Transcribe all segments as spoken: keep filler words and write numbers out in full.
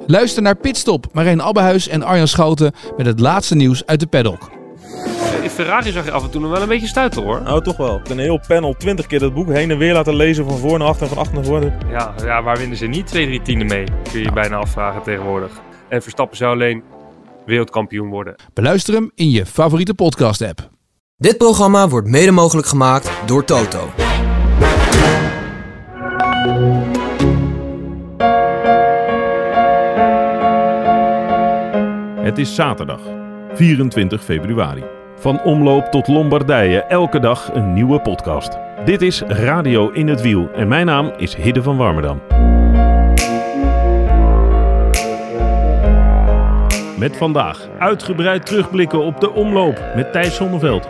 Luister naar Pitstop, Marijn Abbehuis en Arjan Schouten met het laatste nieuws uit de paddock. In Ferrari zag je af en toe nog wel een beetje stuiten, hoor. Nou, toch wel. Een heel panel twintig keer dat boek heen en weer laten lezen van voor naar achter en van achter naar voren. Ja, ja, waar winnen ze niet twee, drie tienden mee? Kun je je bijna afvragen tegenwoordig. En Verstappen zou alleen wereldkampioen worden. Beluister hem in je favoriete podcast-app. Dit programma wordt mede mogelijk gemaakt door Toto. Het is zaterdag, vierentwintig februari. Van omloop tot Lombardije, elke dag een nieuwe podcast. Dit is Radio in het Wiel en mijn naam is Hidde van Warmerdam. Met vandaag uitgebreid terugblikken op de omloop met Thijs Zonneveld.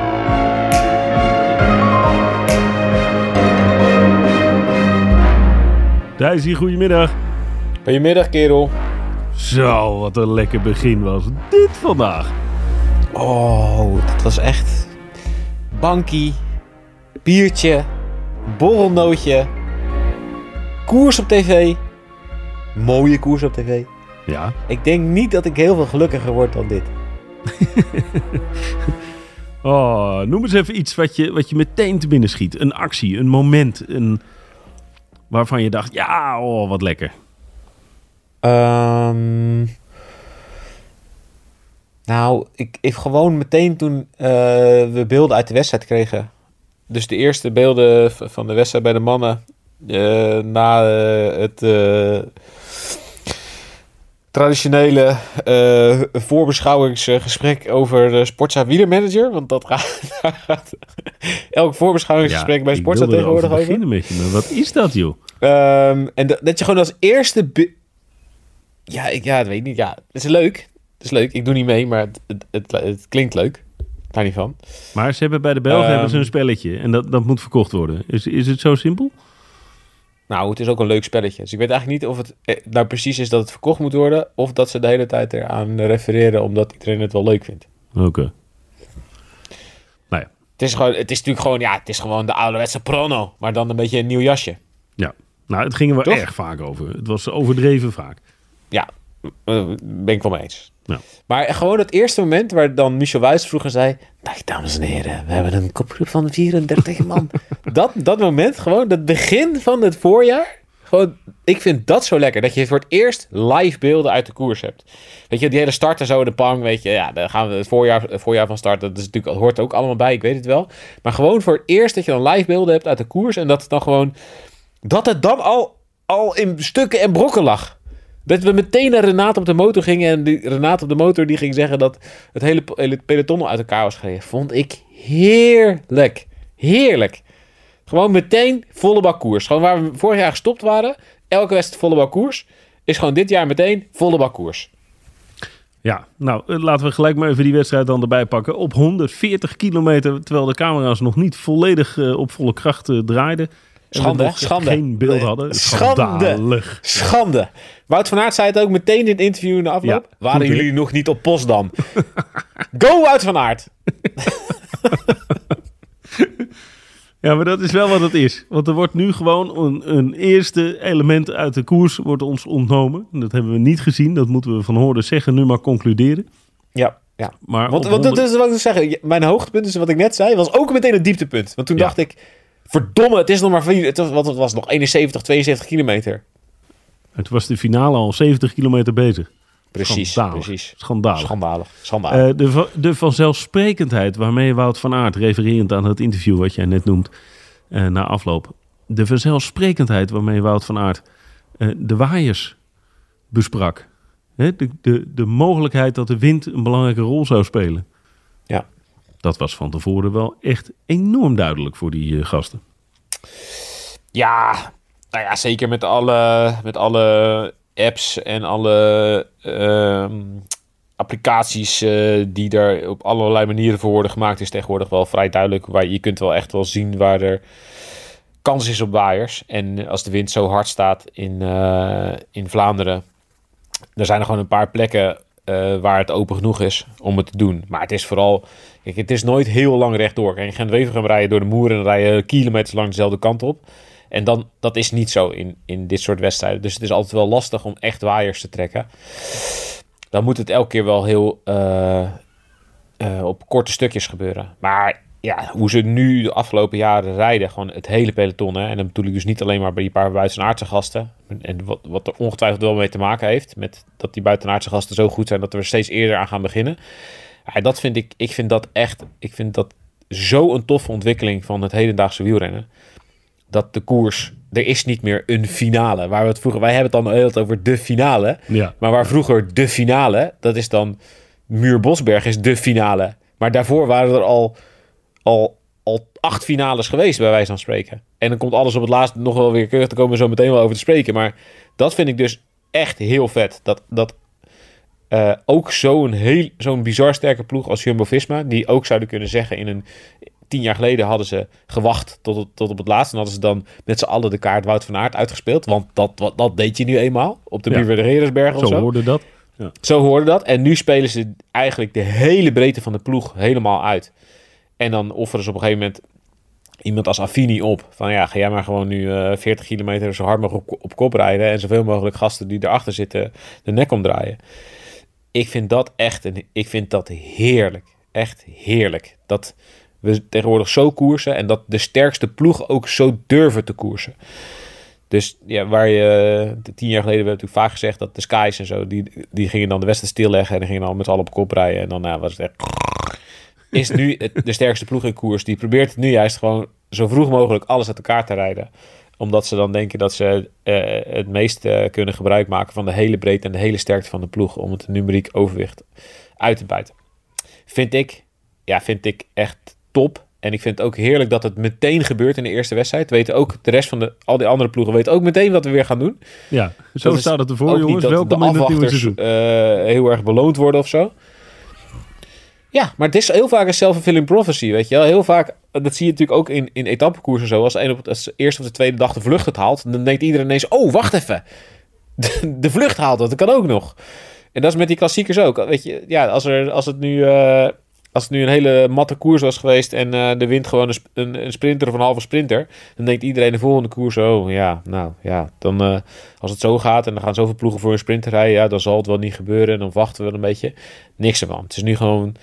Thijsie, goedemiddag. Goedemiddag, kerel. Zo, wat een lekker begin was dit vandaag. Oh, dat was echt... Bankie, biertje, borrelnootje, koers op tv. Mooie koers op tv. Ja. Ik denk niet dat ik heel veel gelukkiger word dan dit. Oh, noem eens even iets wat je, wat je meteen te binnen schiet. Een actie, een moment, een... waarvan je dacht, ja, oh, wat lekker. Um, nou, ik, ik gewoon meteen toen uh, we beelden uit de wedstrijd kregen. Dus de eerste beelden van de wedstrijd bij de mannen. Uh, na uh, het uh, traditionele uh, voorbeschouwingsgesprek over de Sportza wielermanager. Want dat gaat, daar gaat elk voorbeschouwingsgesprek ja, bij Sportza tegenwoordig over. Ik beginnen met je, maar wat is dat, joh? Um, en dat, dat je gewoon als eerste... Be- Ja, ik ja, dat weet ik niet. Ja, het is leuk. Het is leuk. Ik doe niet mee, maar het, het, het, het klinkt leuk. Daar niet van. Maar ze hebben bij de Belgen um, hebben ze een spelletje. En dat, dat moet verkocht worden. Is, is het zo simpel? Nou, het is ook een leuk spelletje. Dus ik weet eigenlijk niet of het nou precies is dat het verkocht moet worden. Of dat ze de hele tijd eraan refereren omdat iedereen het wel leuk vindt. Oké. Okay. Nou ja. Het is, gewoon, het is natuurlijk gewoon, ja, het is gewoon de ouderwetse prono. Maar dan een beetje een nieuw jasje. Ja. Nou, het ging er wel Toch? erg vaak over. Het was overdreven vaak. Ja, ben ik wel mee eens. Ja. Maar gewoon het eerste moment waar dan Michel Wuijs vroeger zei... Dag dames en heren, we hebben een kopgroep van vierendertig man. dat, dat moment, gewoon het begin van het voorjaar. Gewoon, ik vind dat zo lekker. Dat je voor het eerst live beelden uit de koers hebt. Weet je, die hele start en zo, de pang, weet je. Ja, dan gaan we het voorjaar, het voorjaar van start. Dat is natuurlijk, hoort ook allemaal bij, ik weet het wel. Maar gewoon voor het eerst dat je dan live beelden hebt uit de koers. En dat het dan gewoon... Dat het dan al, al in stukken en brokken lag. Dat we meteen naar Renate op de motor gingen. En die Renate op de motor die ging zeggen dat het hele, hele peloton uit elkaar was gereden. Vond ik heerlijk. Heerlijk. Gewoon meteen volle bak koers. Gewoon waar we vorig jaar gestopt waren. Elke wedstrijd volle bak koers. Is gewoon dit jaar meteen volle bak koers. Ja, nou laten we gelijk maar even die wedstrijd dan erbij pakken. Op honderdveertig kilometer, terwijl de camera's nog niet volledig uh, op volle kracht uh, draaiden. Schande, schande. Geen beeld hadden. Schande, schande. Wout van Aert zei het ook meteen in het interview in de afloop. Ja, Waren jullie he? nog niet op Potsdam? Go Wout van Aert! Ja, maar dat is wel wat het is. Want er wordt nu gewoon een, een eerste element uit de koers wordt ons ontnomen. Dat hebben we niet gezien. Dat moeten we van horen zeggen, nu maar concluderen. Ja, ja. Maar want, want dat is wat ik zeg. Mijn hoogtepunt is wat ik net zei. Was ook meteen het dieptepunt. Want toen ja. dacht ik... Verdomme, het is nog maar vier, het was, wat het was nog eenenzeventig, tweeënzeventig kilometer. Het was de finale al zeventig kilometer bezig. Precies, Schandalig. precies. Schandalig. Schandalig. Schandalig. Uh, de, de vanzelfsprekendheid waarmee Wout van Aert, refererend aan het interview wat jij net noemt, uh, na afloop. De vanzelfsprekendheid waarmee Wout van Aert uh, de waaiers besprak. Hè? De, de, de mogelijkheid dat de wind een belangrijke rol zou spelen. Ja. Dat was van tevoren wel echt enorm duidelijk voor die uh, gasten. Ja, nou ja, zeker met alle, met alle apps en alle uh, applicaties uh, die er op allerlei manieren voor worden gemaakt, is tegenwoordig wel vrij duidelijk. Waar je kunt wel echt wel zien waar er kans is op waaiers. En als de wind zo hard staat in, uh, in Vlaanderen, er zijn er gewoon een paar plekken uh, waar het open genoeg is om het te doen. Maar het is vooral... Kijk, het is nooit heel lang rechtdoor. Kijk, je gaat even gaan rijden door de Moer en dan rij je kilometers lang dezelfde kant op. En dan, dat is niet zo in, in dit soort wedstrijden. Dus het is altijd wel lastig om echt waaiers te trekken. Dan moet het elke keer wel heel uh, uh, op korte stukjes gebeuren. Maar ja, hoe ze nu de afgelopen jaren rijden, gewoon het hele peloton. Hè? En dan bedoel ik dus niet alleen maar bij die paar buitenaardse gasten. En wat, wat er ongetwijfeld wel mee te maken heeft, met dat die buitenaardse gasten zo goed zijn dat we er steeds eerder aan gaan beginnen. Ja, dat vind ik, ik vind dat echt, ik vind dat zo een toffe ontwikkeling van het hedendaagse wielrennen. Dat de koers, er is niet meer een finale. Waar we het vroeger, wij hebben het dan heel het over de finale. Ja. Maar waar vroeger de finale, dat is dan Muur-Bosberg is de finale. Maar daarvoor waren er al, al, al acht finales geweest, bij wijze van spreken. En dan komt alles op het laatst nog wel weer terug. Daar komen we zo meteen wel over te spreken. Maar dat vind ik dus echt heel vet. Dat, dat uh, ook zo'n, heel, zo'n bizar sterke ploeg als Jumbo-Visma, die ook zouden kunnen zeggen in een... Tien jaar geleden hadden ze gewacht tot, tot op het laatst. En hadden ze dan met z'n allen de kaart Wout van Aert uitgespeeld. Want dat, dat, dat deed je nu eenmaal. Op de Ja. Muur de Reersberg of Zo zo. hoorde dat. Ja. Zo hoorde dat. En nu spelen ze eigenlijk de hele breedte van de ploeg helemaal uit. En dan offeren ze op een gegeven moment iemand als Affini op. Van ja, ga jij maar gewoon nu uh, veertig kilometer zo hard mogelijk op, op kop rijden. En zoveel mogelijk gasten die erachter zitten de nek omdraaien. Ik vind dat echt, een, ik vind dat heerlijk. Echt heerlijk. Dat we tegenwoordig zo koersen en dat de sterkste ploeg ook zo durven te koersen. Dus ja, waar je tien jaar geleden werd natuurlijk vaak gezegd dat de Skies en zo, die, die gingen dan de wedstrijd stilleggen en die gingen dan met z'n allen op kop rijden. En dan nou, was het echt... Is nu het, de sterkste ploeg in koers. Die probeert het nu juist gewoon zo vroeg mogelijk alles uit elkaar te rijden. Omdat ze dan denken dat ze uh, het meest uh, kunnen gebruik maken van de hele breedte en de hele sterkte van de ploeg. Om het numeriek overwicht uit te buiten. Vind ik, ja, vind ik echt top. En ik vind het ook heerlijk dat het meteen gebeurt in de eerste wedstrijd. Weten ook de rest van de, al die andere ploegen weten ook meteen wat we weer gaan doen. Ja, zo dat staat het ervoor, ook jongens. niet dat Welkom de in het nieuwe afwachters seizoen. uh, heel erg beloond worden of zo. Ja, maar het is heel vaak een self-fulfilling prophecy, weet je wel. Heel vaak, dat zie je natuurlijk ook in, in etappekoersen zo. Als de, een op, als de eerste of de tweede dag de vlucht het haalt, dan denkt iedereen ineens, oh, wacht even. De, de vlucht haalt dat, dat kan ook nog. En dat is met die klassiekers ook. Weet je, ja, als, er, als het nu... Uh, Als het nu een hele matte koers was geweest en uh, de wint gewoon een, sp- een, een sprinter of een halve sprinter, dan denkt iedereen de volgende koers, oh ja, nou ja, dan uh, als het zo gaat en dan gaan zoveel ploegen voor een sprinter rijden, ja, dan zal het wel niet gebeuren en dan wachten we wel een beetje. Niks ervan. Het is nu gewoon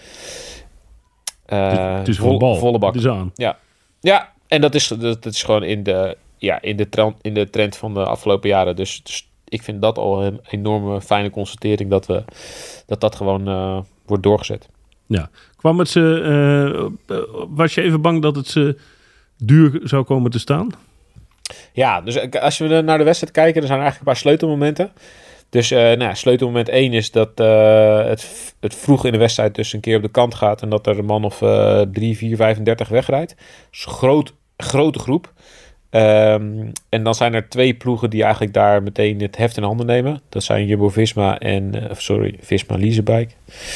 uh, Het is vol, gewoon bal. volle bak. Het is aan. Ja, ja, en dat is, dat, dat is gewoon in de, ja, in, de trend, in de trend van de afgelopen jaren. Dus, dus ik vind dat al een enorme fijne constatering dat we dat, dat gewoon uh, wordt doorgezet. Ja. Kwam het ze, uh, was je even bang dat het ze duur zou komen te staan? Ja, dus als we naar de wedstrijd kijken, er zijn eigenlijk een paar sleutelmomenten. Dus uh, nou, sleutelmoment één is dat uh, het, het vroeg in de wedstrijd dus een keer op de kant gaat en dat er een man of uh, drie, vier, vijfendertig wegrijdt. Dus een groot, grote groep. Um, en dan zijn er twee ploegen die eigenlijk daar meteen het heft in handen nemen. Dat zijn Jumbo-Visma en, uh, sorry, Visma-Leasebike.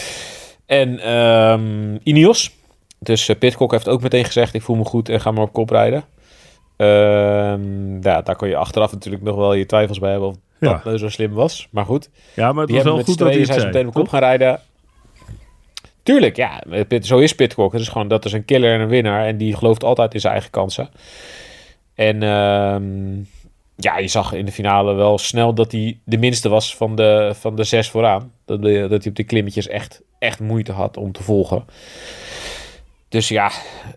En um, Ineos. Dus uh, Pidcock heeft ook meteen gezegd, ik voel me goed en ga maar op kop rijden. Um, ja, daar kon je achteraf natuurlijk nog wel je twijfels bij hebben of Ja. dat nou zo slim was. Maar goed. Ja, maar het Die was hebben wel met goed z'n dat hij tweeën het zijn ze zei. meteen op kop toch? gaan rijden. Tuurlijk, ja. Zo is Pidcock. Het is gewoon, dat is een killer en een winnaar. En die gelooft altijd in zijn eigen kansen. En um, ja, je zag in de finale wel snel dat hij de minste was van de, van de zes vooraan. Dat, dat hij op de klimmetjes echt, echt moeite had om te volgen. Dus ja,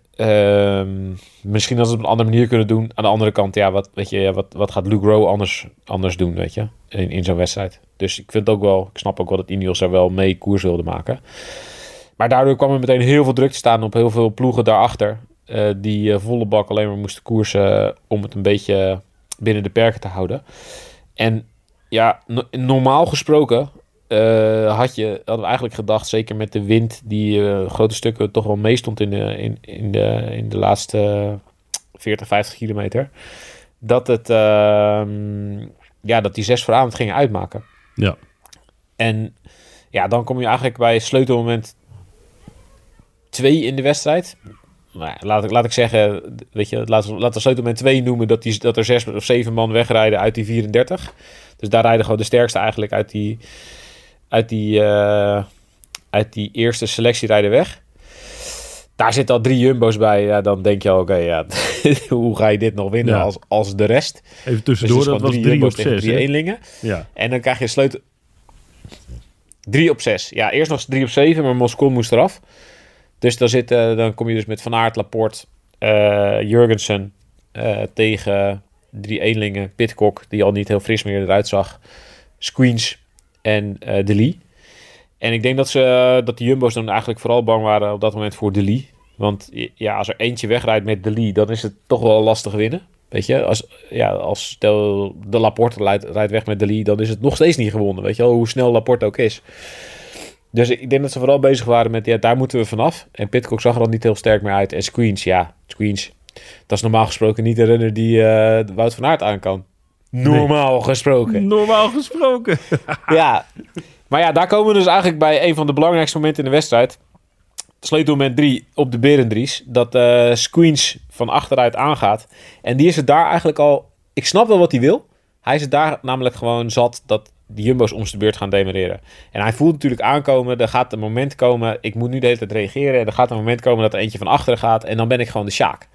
um, misschien hadden ze het op een andere manier kunnen doen. Aan de andere kant, ja, wat, weet je, ja, wat, wat gaat Luke Rowe anders, anders doen, weet je, in, in zo'n wedstrijd. Dus ik vind ook wel, ik snap ook wel dat Ineos daar wel mee koers wilde maken. Maar daardoor kwam er meteen heel veel druk te staan op heel veel ploegen daarachter. Uh, die uh, volle bak alleen maar moesten koersen uh, om het een beetje binnen de perken te houden. En ja, no- normaal gesproken uh, had je, hadden we eigenlijk gedacht, zeker met de wind die uh, grote stukken toch wel meestond in de, in, in, de, in de laatste veertig, vijftig kilometer, dat, het, uh, ja, dat die zes vooraan het gingen uitmaken. Ja. En ja, dan kom je eigenlijk bij sleutelmoment twee in de wedstrijd. Nou, laat, ik, laat ik zeggen, weet je, laten we, laten we sleutelmoment twee noemen dat, die, dat er zes of zeven man wegrijden uit die vierendertig. Dus daar rijden gewoon de sterkste eigenlijk uit die, uit die, uh, uit die eerste selectie rijden weg. Daar zitten al drie jumbo's bij. Ja, dan denk je al, oké, okay, ja, hoe ga je dit nog winnen Ja. als, als de rest? Even tussendoor, Dus het dat is was gewoon drie op jumbo's tegen zes. drie hè? eenlingen. Ja. En dan krijg je sleutel... drie op zes. Ja, eerst nog drie op zeven, maar Moscon moest eraf. Dus dan, zit, uh, dan kom je dus met Van Aert, Laporte, uh, Jurgensen uh, tegen drie eenlingen. Pidcock, die al niet heel fris meer eruit zag. Squeens en uh, De Lee. En ik denk dat, ze, uh, dat de jumbo's dan eigenlijk vooral bang waren op dat moment voor De Lee. Want ja, als er eentje wegrijdt met De Lee, dan is het toch wel lastig winnen. Weet je, als, ja, als stel de Laporte rijdt, rijdt weg met De Lee, dan is het nog steeds niet gewonnen. Weet je wel, hoe snel Laporte ook is. Dus ik denk dat ze vooral bezig waren met, ja, daar moeten we vanaf. En Pidcock zag er al niet heel sterk meer uit. En Squeens, ja, Squeens. Dat is normaal gesproken niet de renner die uh, Wout van Aert aan kan. Normaal nee. gesproken. Normaal gesproken. Ja, maar ja, daar komen we dus eigenlijk bij een van de belangrijkste momenten in de wedstrijd. Sleutelmoment drie op de Berendries. Dat uh, Squeens van achteruit aangaat. En die is het daar eigenlijk al... Ik snap wel wat hij wil. Hij is het daar namelijk gewoon zat dat de jumbo's om de beurt gaan demereren. En hij voelt natuurlijk aankomen. Er gaat een moment komen. Ik moet nu de hele tijd reageren. En er gaat een moment komen dat er eentje van achteren gaat. En dan ben ik gewoon de Sjaak.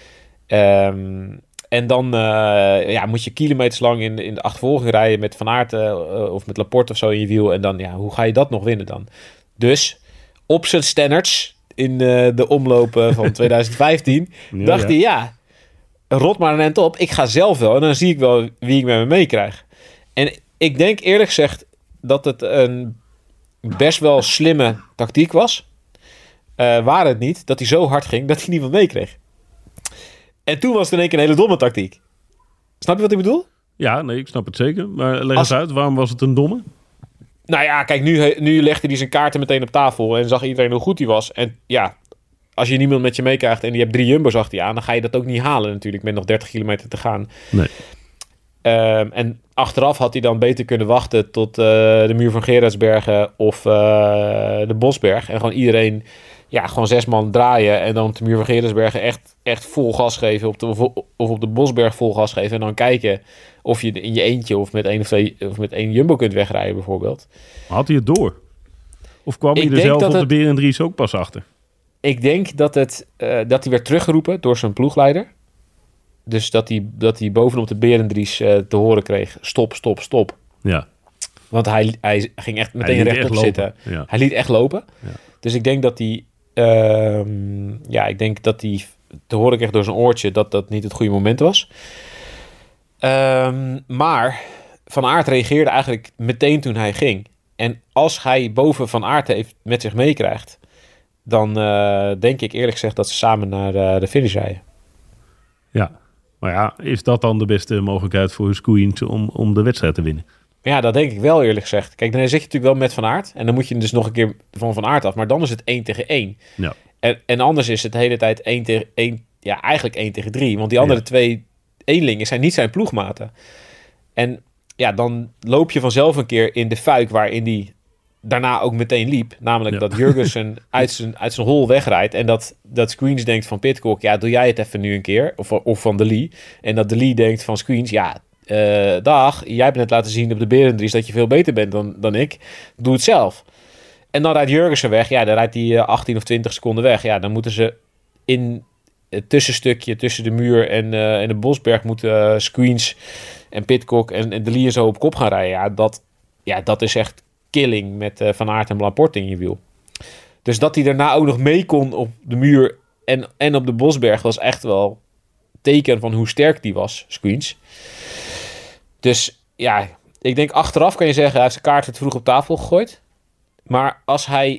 Um, en dan uh, ja, moet je kilometers lang in, in de achtervolging rijden met Van Aert uh, of met Laporte of zo in je wiel. En dan, ja, hoe ga je dat nog winnen dan? Dus op zijn standards in uh, de omlopen van twintig vijftien ja, dacht ja. hij, ja, rot maar een end op. Ik ga zelf wel en dan zie ik wel wie ik met me meekrijg. En ik denk eerlijk gezegd dat het een best wel slimme tactiek was. Uh, waar het niet dat hij zo hard ging dat hij niemand meekreeg. En toen was het in één keer een hele domme tactiek. Snap je wat ik bedoel? Ja, nee, ik snap het zeker. Maar leg Als... eens uit, waarom was het een domme? Nou ja, kijk, nu, nu legde hij zijn kaarten meteen op tafel en zag iedereen hoe goed hij was. En ja, als je niemand met je meekrijgt en je hebt drie jumbo's achter je aan, dan ga je dat ook niet halen natuurlijk met nog dertig kilometer te gaan. Nee. Um, en achteraf had hij dan beter kunnen wachten tot uh, de muur van Gerardsbergen of uh, de Bosberg. En gewoon iedereen, ja, gewoon zes man draaien en dan op de muur van Gerardsbergen echt, echt vol gas geven. Op de, of op de Bosberg vol gas geven en dan kijken of je in je eentje of met één of twee of met één jumbo kunt wegrijden bijvoorbeeld. Had hij het door? Of kwam hij er zelf op het... de Berendries ook pas achter? Ik denk dat, het, uh, dat hij werd teruggeroepen door zijn ploegleider. Dus dat hij, dat hij bovenop de Berendries uh, te horen kreeg, stop, stop, stop. Ja. Want hij, hij ging echt meteen rechtop zitten. Ja. Hij liet echt lopen. Ja. Dus ik denk dat hij, uh, ja, ik denk dat hij te horen kreeg door zijn oortje dat dat niet het goede moment was. Um, maar Van Aert reageerde eigenlijk meteen toen hij ging. En als hij boven Van Aert heeft met zich meekrijgt, dan uh, denk ik eerlijk gezegd dat ze samen naar uh, de finish rijden. Ja, maar ja, is dat dan de beste mogelijkheid voor Squeens om, om de wedstrijd te winnen? Ja, dat denk ik wel eerlijk gezegd. Kijk, dan zit je natuurlijk wel met Van Aert. En dan moet je dus nog een keer van Van Aert af. Maar dan is het één tegen één. Ja. En, en anders is het de hele tijd één tegen één. Ja, eigenlijk één tegen drie. Want die andere ja. twee eenlingen zijn niet zijn ploegmaten. En ja, dan loop je vanzelf een keer in de fuik waarin die daarna ook meteen liep. Namelijk ja. dat Jurgensen uit zijn, uit zijn hol wegrijdt. En dat, dat Squeens denkt van Pidcock, ja, doe jij het even nu een keer. Of, of van De Lee. En dat De Lee denkt van Squeens, ja, uh, dag, jij hebt net laten zien op de Berendries dat je veel beter bent dan, dan ik. Doe het zelf. En dan rijdt Jurgensen weg. Ja, dan rijdt hij uh, achttien of twintig seconden weg. Ja, dan moeten ze in het tussenstukje tussen de muur en, uh, en de Bosberg moeten uh, Squeens en Pidcock en, en De Lee zo op kop gaan rijden. Ja, dat, ja, dat is echt killing met uh, Van Aert en Laporte in je wiel. Dus dat hij daarna ook nog mee kon op de muur en, en op de Bosberg was echt wel teken van hoe sterk die was, Squeens. Dus ja, ik denk achteraf kan je zeggen, hij heeft zijn kaart te vroeg op tafel gegooid. Maar als hij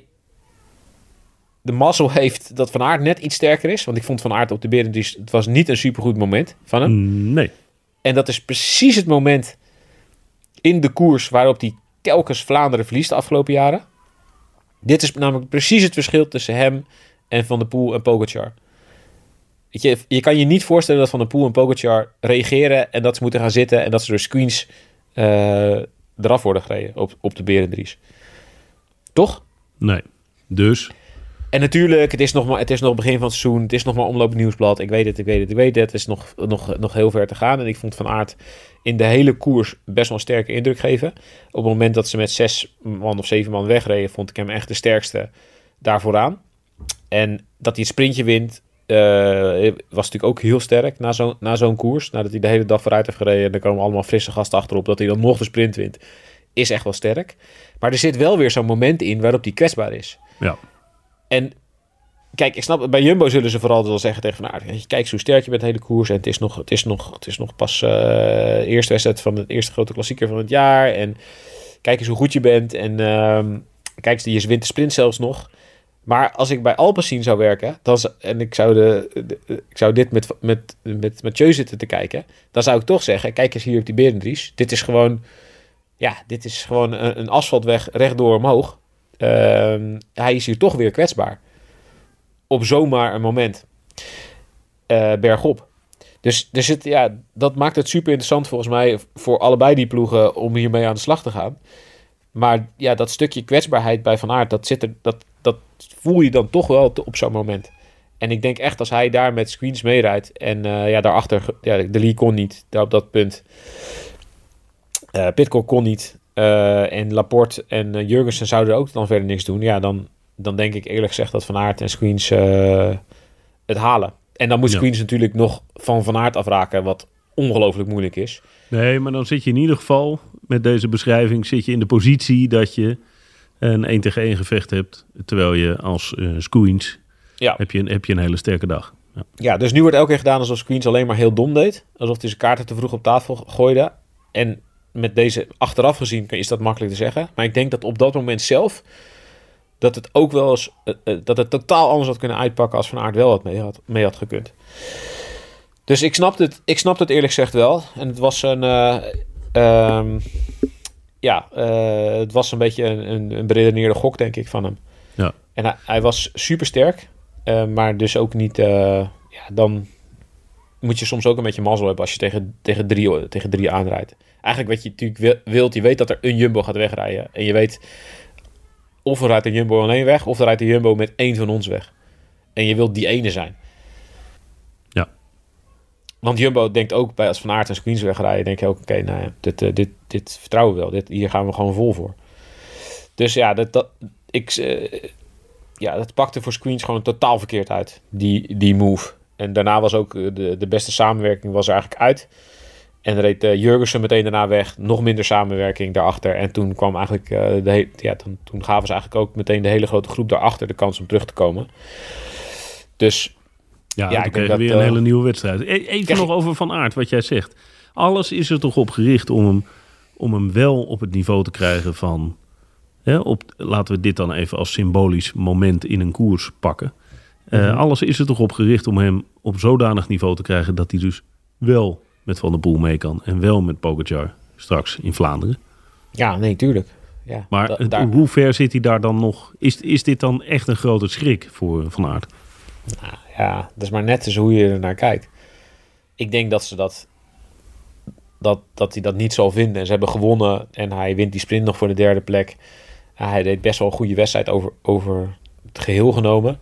de mazzel heeft dat Van Aert net iets sterker is, want ik vond Van Aert op de Berendries, het was niet een supergoed moment van hem. Nee. En dat is precies het moment in de koers waarop hij telkens Vlaanderen verliest de afgelopen jaren. Dit is namelijk precies het verschil tussen hem en Van der Poel en Pogačar. Weet je, je kan je niet voorstellen dat Van der Poel en Pogačar reageren en dat ze moeten gaan zitten en dat ze door Squeens uh, eraf worden gereden op, op de Berendries. Toch? Nee. Dus? En natuurlijk, het is nog maar, het is nog begin van het seizoen. Het is nog maar omloop nieuwsblad. Ik weet het, ik weet het, ik weet het. Het is nog, nog, nog heel ver te gaan. En ik vond Van Aert in de hele koers best wel een sterke indruk geven. Op het moment dat ze met zes man of zeven man wegreden, vond ik hem echt de sterkste daar vooraan. En dat hij het sprintje wint, uh, was natuurlijk ook heel sterk na, zo, na zo'n koers. Nadat hij de hele dag vooruit heeft gereden en er komen allemaal frisse gasten achterop, dat hij dan nog de sprint wint, is echt wel sterk. Maar er zit wel weer zo'n moment in waarop hij kwetsbaar is. Ja. En kijk, ik snap, bij Jumbo zullen ze vooral wel zeggen tegen Van Aert, kijk eens hoe sterk je bent de hele koers en het is nog, het is nog, het is nog pas uh, de eerste wedstrijd van het eerste grote klassieker van het jaar en kijk eens hoe goed je bent en uh, kijk eens, je wint de sprint zelfs nog. Maar als ik bij Alpecin zou werken dan, en ik zou, de, de, ik zou dit met, met, met Mathieu zitten te kijken, dan zou ik toch zeggen, kijk eens hier op die Berendries, dit is gewoon, ja, dit is gewoon een, een asfaltweg rechtdoor omhoog. Uh, hij is hier toch weer kwetsbaar. Op zomaar een moment. Uh, bergop. Dus, dus het, ja, dat maakt het super interessant volgens mij voor allebei die ploegen om hiermee aan de slag te gaan. Maar ja, dat stukje kwetsbaarheid bij Van Aert, dat, zit er, dat, dat voel je dan toch wel op zo'n moment. En ik denk echt als hij daar met screens meerijdt en uh, ja, daarachter, ja, de Lee kon niet, daar op dat punt. Uh, Pidcock kon niet. Uh, en Laporte en uh, Jurgensen zouden ook dan verder niks doen. Ja, dan, dan denk ik eerlijk gezegd dat Van Aert en Screens uh, het halen. En dan moet Screens ja. natuurlijk nog van Van Aert afraken, wat ongelooflijk moeilijk is. Nee, maar dan zit je in ieder geval, met deze beschrijving, zit je in de positie dat je een één tegen één gevecht hebt. Terwijl je als uh, Screens ja. heb, je een, heb je een hele sterke dag. Ja. ja, dus nu wordt elke keer gedaan alsof Screens alleen maar heel dom deed. Alsof hij zijn kaarten te vroeg op tafel gooide. En met deze achteraf gezien is dat makkelijk te zeggen. Maar ik denk dat op dat moment zelf dat het ook wel eens uh, uh, dat het totaal anders had kunnen uitpakken als Van Aert wel had mee had, mee had gekund. Dus ik snap het, ik snap het eerlijk gezegd wel. En het was een uh, um, ja, uh, het was een beetje een, een, een beredeneerde gok, denk ik, van hem. Ja. En hij, hij was super sterk, uh, maar dus ook niet. Uh, ja, dan moet je soms ook een beetje mazzel hebben als je tegen, tegen, drie, tegen drie aanrijdt. Eigenlijk wat je natuurlijk wilt, je weet dat er een Jumbo gaat wegrijden. En je weet, of er rijdt een Jumbo alleen weg, of er rijdt een Jumbo met één van ons weg. En je wilt die ene zijn. Ja. Want Jumbo denkt ook, bij als Van Aert en Screens wegrijden, denk je ook, oké, okay, nou ja, dit, uh, dit, dit vertrouwen we wel. Dit, hier gaan we gewoon vol voor. Dus ja, dat, dat, ik, uh, ja, dat pakte voor Screens gewoon totaal verkeerd uit, die, die move. En daarna was ook de, de beste samenwerking was er eigenlijk uit. En reed uh, Jurgensen meteen daarna weg. Nog minder samenwerking daarachter. En toen kwam eigenlijk uh, de he- ja, toen, toen gaven ze eigenlijk ook meteen de hele grote groep daarachter de kans om terug te komen. Dus ja, ja ik kreeg weer uh, een hele nieuwe wedstrijd. Even krijg... nog over Van Aert, wat jij zegt. Alles is er toch op gericht om hem, om hem wel op het niveau te krijgen van... Hè, op, laten we dit dan even als symbolisch moment in een koers pakken. Uh, mm-hmm. Alles is er toch op gericht om hem op zodanig niveau te krijgen dat hij dus wel met Van der Poel mee kan en wel met Pogačar straks in Vlaanderen. Ja, nee, tuurlijk. Ja, maar da- het, daar... hoe ver zit hij daar dan nog? Is, is dit dan echt een grote schrik voor Van Aert? Nou, ja, dat is maar net eens hoe je er naar kijkt. Ik denk dat ze dat, dat, dat hij dat niet zal vinden. En ze hebben gewonnen en hij wint die sprint nog voor de derde plek. Ja, hij deed best wel een goede wedstrijd over, over het geheel genomen.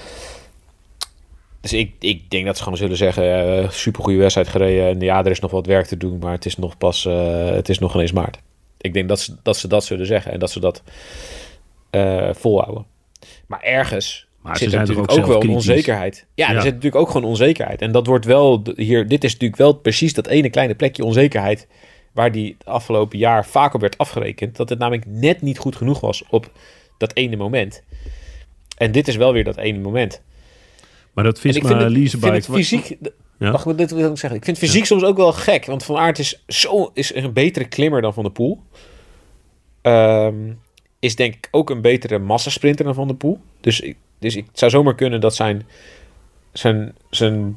Dus ik, ik denk dat ze gewoon zullen zeggen, uh, supergoeie wedstrijd gereden. En ja, er is nog wat werk te doen, maar het is nog pas, uh, het is nog geen eens maart. Ik denk dat ze, dat ze dat zullen zeggen en dat ze dat uh, volhouden. Maar ergens maar zit er er natuurlijk ook, ook wel kritisch. onzekerheid. Ja, ja, er zit natuurlijk ook gewoon onzekerheid. En dat wordt wel hier, dit is natuurlijk wel precies dat ene kleine plekje onzekerheid waar die het afgelopen jaar vaak op werd afgerekend. Dat het namelijk net niet goed genoeg was op dat ene moment. En dit is wel weer dat ene moment. Maar dat Visma Leasebike... fysiek... Ja? Mag ik dit wil ik zeggen? Ik vind fysiek ja. soms ook wel gek. Want Van Aert is, zo, is een betere klimmer dan Van der Poel. Um, is denk ik ook een betere massasprinter dan Van der Poel. Dus ik, dus ik zou zomaar kunnen dat zijn... Zijn... zijn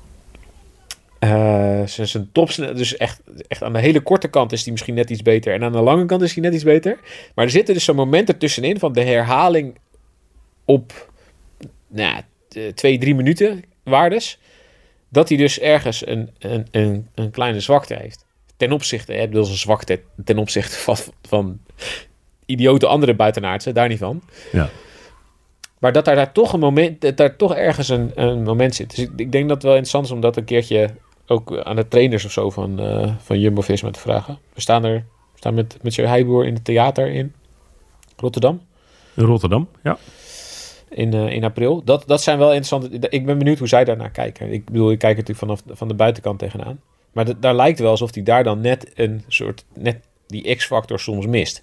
Uh, zijn, zijn topsnel, dus echt, echt aan de hele korte kant is hij misschien net iets beter. En aan de lange kant is hij net iets beter. Maar er zitten dus zo'n momenten tussenin van de herhaling op nou, twee, drie minuten waardes. Dat hij dus ergens een, een, een, een kleine zwakte heeft. Ten opzichte, ik bedoel zijn zwakte ten opzichte van, van idiote andere buitenaardsen, daar niet van. Ja. Maar dat daar, daar toch een moment, dat daar toch ergens een, een moment zit. Dus ik, ik denk dat het wel interessant is om dat een keertje ook aan de trainers of zo van, uh, van Jumbo-Visma te vragen. We staan er, we staan met, met Jur Heijboer in het theater in Rotterdam. In Rotterdam, ja. in, uh, in april. Dat, dat zijn wel interessante... Ik ben benieuwd hoe zij daarnaar kijken. Ik bedoel, ik kijk natuurlijk vanaf van de buitenkant tegenaan. Maar d- daar lijkt wel alsof hij daar dan net een soort... net die X-factor soms mist.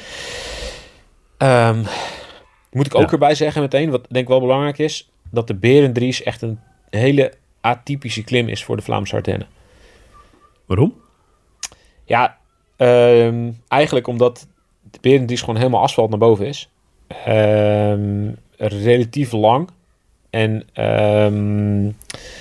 Um, moet ik ook Ja. erbij zeggen meteen, wat denk ik wel belangrijk is... dat de Berendries echt een hele atypische klim is voor de Vlaamse Ardennen. Waarom? Ja, um, eigenlijk omdat de Berendries gewoon helemaal asfalt naar boven is. Um, relatief lang. En um,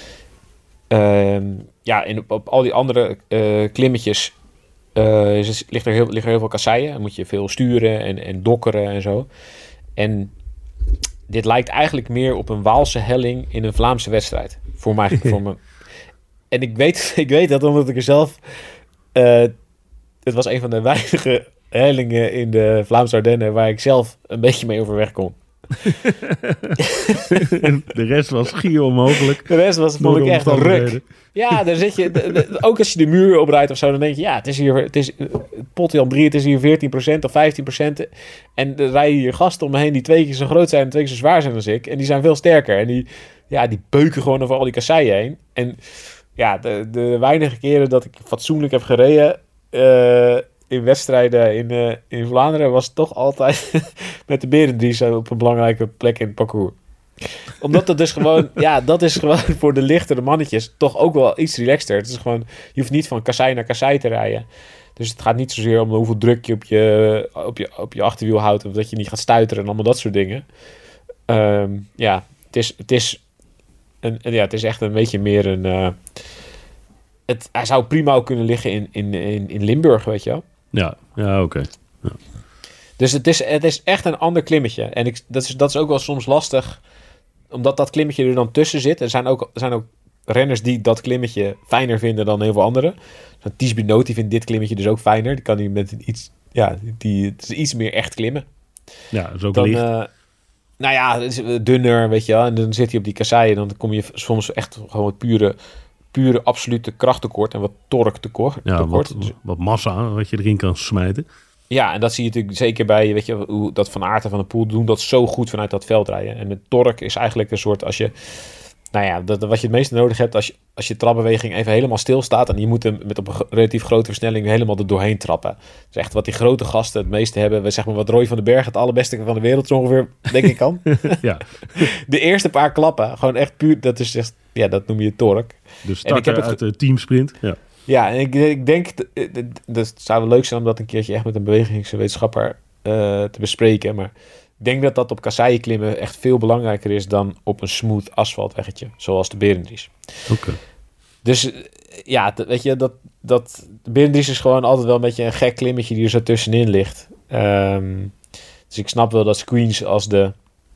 um, ja, en op, op al die andere uh, klimmetjes uh, is, ligt, er heel, ligt er heel veel kasseien. Dan moet je veel sturen en, en dokkeren en zo. En dit lijkt eigenlijk meer op een Waalse helling in een Vlaamse wedstrijd. Voor mij. voor me. En ik weet, ik weet dat omdat ik er zelf... Uh, het was een van de weinige hellingen in de Vlaamse Ardennen waar ik zelf een beetje mee overweg kon. De rest was schier onmogelijk. De rest was vond ik echt ruk. Ja, daar zit je, de, de, ook als je de muur oprijdt of zo, dan denk je, ja, het is hier, het is Potjan drie, het is hier veertien procent of vijftien procent. En er rijden hier gasten om me heen die twee keer zo groot zijn en twee keer zo zwaar zijn als ik. En die zijn veel sterker. En die, ja, die beuken gewoon over al die kasseien heen. En ja, de, de weinige keren dat ik fatsoenlijk heb gereden uh, in wedstrijden in, uh, in Vlaanderen was het toch altijd met de Berendries op een belangrijke plek in het parcours. Omdat dat dus gewoon, ja, dat is gewoon voor de lichtere mannetjes toch ook wel iets relaxter. Het is gewoon, je hoeft niet van kassei naar kassei te rijden. Dus het gaat niet zozeer om hoeveel druk je op je, op je, op je achterwiel houdt, of dat je niet gaat stuiteren en allemaal dat soort dingen. Um, ja, het is, het is, een, ja, het is echt een beetje meer een... Uh, het, hij zou prima ook kunnen liggen in, in, in, in Limburg, weet je wel. Ja, ja oké. Okay. Ja. Dus het is, het is echt een ander klimmetje. En ik, dat, is, dat is ook wel soms lastig, omdat dat klimmetje er dan tussen zit. Er zijn ook, er zijn ook renners die dat klimmetje fijner vinden dan heel veel anderen. Ties Benoot, die vindt dit klimmetje dus ook fijner. Die kan die met iets, ja, die, het is iets meer echt klimmen. Ja, dat is ook dan, licht. Uh, nou ja, het is dunner, weet je wel. En dan zit hij op die kasseien. Dan kom je soms echt gewoon het pure... pure absolute krachttekort en wat torktekort. Ja, wat, wat massa wat je erin kan smijten. Ja, en dat zie je natuurlijk zeker bij, weet je, hoe dat Van Aert en Van der Poel doen dat zo goed vanuit dat veld rijden. En de tork is eigenlijk een soort, als je, nou ja, dat, wat je het meeste nodig hebt als je, als je trapbeweging even helemaal stilstaat en je moet hem met op een relatief grote versnelling helemaal er doorheen trappen. Dat is echt wat die grote gasten het meeste hebben. Zeg maar wat Roy van den Berg het allerbeste van de wereld zo ongeveer, denk ik kan. Ja. De eerste paar klappen, gewoon echt puur, dat is echt, ja, dat noem je tork. Dus starten uit de teamsprint, ja. Ja, en ik, ik denk, dat zou wel leuk zijn om dat een keertje echt met een bewegingswetenschapper uh, te bespreken. Maar ik denk dat dat op kasseien klimmen echt veel belangrijker is dan op een smooth asfaltweggetje, zoals de Berendries. Oké. Okay. Dus ja, weet je, dat, dat, de Berendries is gewoon altijd wel een beetje een gek klimmetje die er zo tussenin ligt. Um, dus ik snap wel dat Screens als de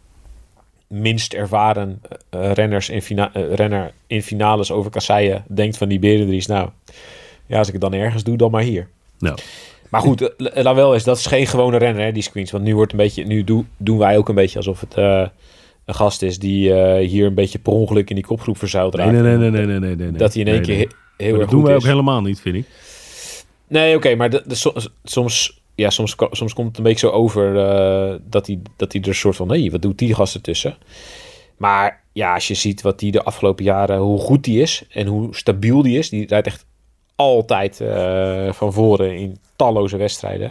minst ervaren uh, renners in fina- uh, renner in finales over kasseien denkt van die Berendries. Nou, ja, als ik het dan ergens doe, dan maar hier. Ja. Maar goed, uh, laat wel eens, dat is geen gewone renner, hè, die Screens. Want nu wordt een beetje, nu do, doen wij ook een beetje alsof het uh, een gast is die uh, hier een beetje per ongeluk in die kopgroep verzuild raakt. Nee, nee, nee, nee, nee, nee, nee. Dat hij in één nee, keer nee. he- heel maar erg dat doen wij goed ook is. helemaal niet, vind ik. Nee, oké, okay, maar de, de, soms, soms, ja, soms, soms komt het een beetje zo over uh, dat hij dat hij er een soort van, nee, wat doet die gast ertussen? Maar ja, als je ziet wat die de afgelopen jaren, hoe goed die is en hoe stabiel die is, die rijdt echt altijd uh, van voren in talloze wedstrijden.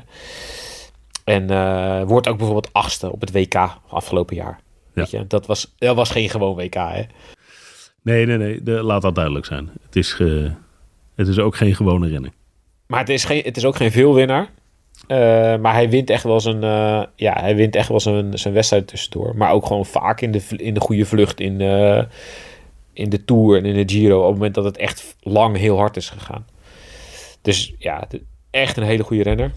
En uh, wordt ook bijvoorbeeld achtste op het W K afgelopen jaar. Ja. Weet je, dat was, dat was geen gewoon W K, hè? Nee, nee, nee, de, laat dat duidelijk zijn. Het is, uh, het is ook geen gewone renner. Maar het is, geen, het is ook geen veelwinnaar. Uh, maar hij wint echt wel zijn, uh, ja, hij wint echt wel zijn, zijn wedstrijd tussendoor. Maar ook gewoon vaak in de, in de goede vlucht in, uh, in de Tour en in de Giro. Op het moment dat het echt lang heel hard is gegaan. Dus ja, echt een hele goede renner.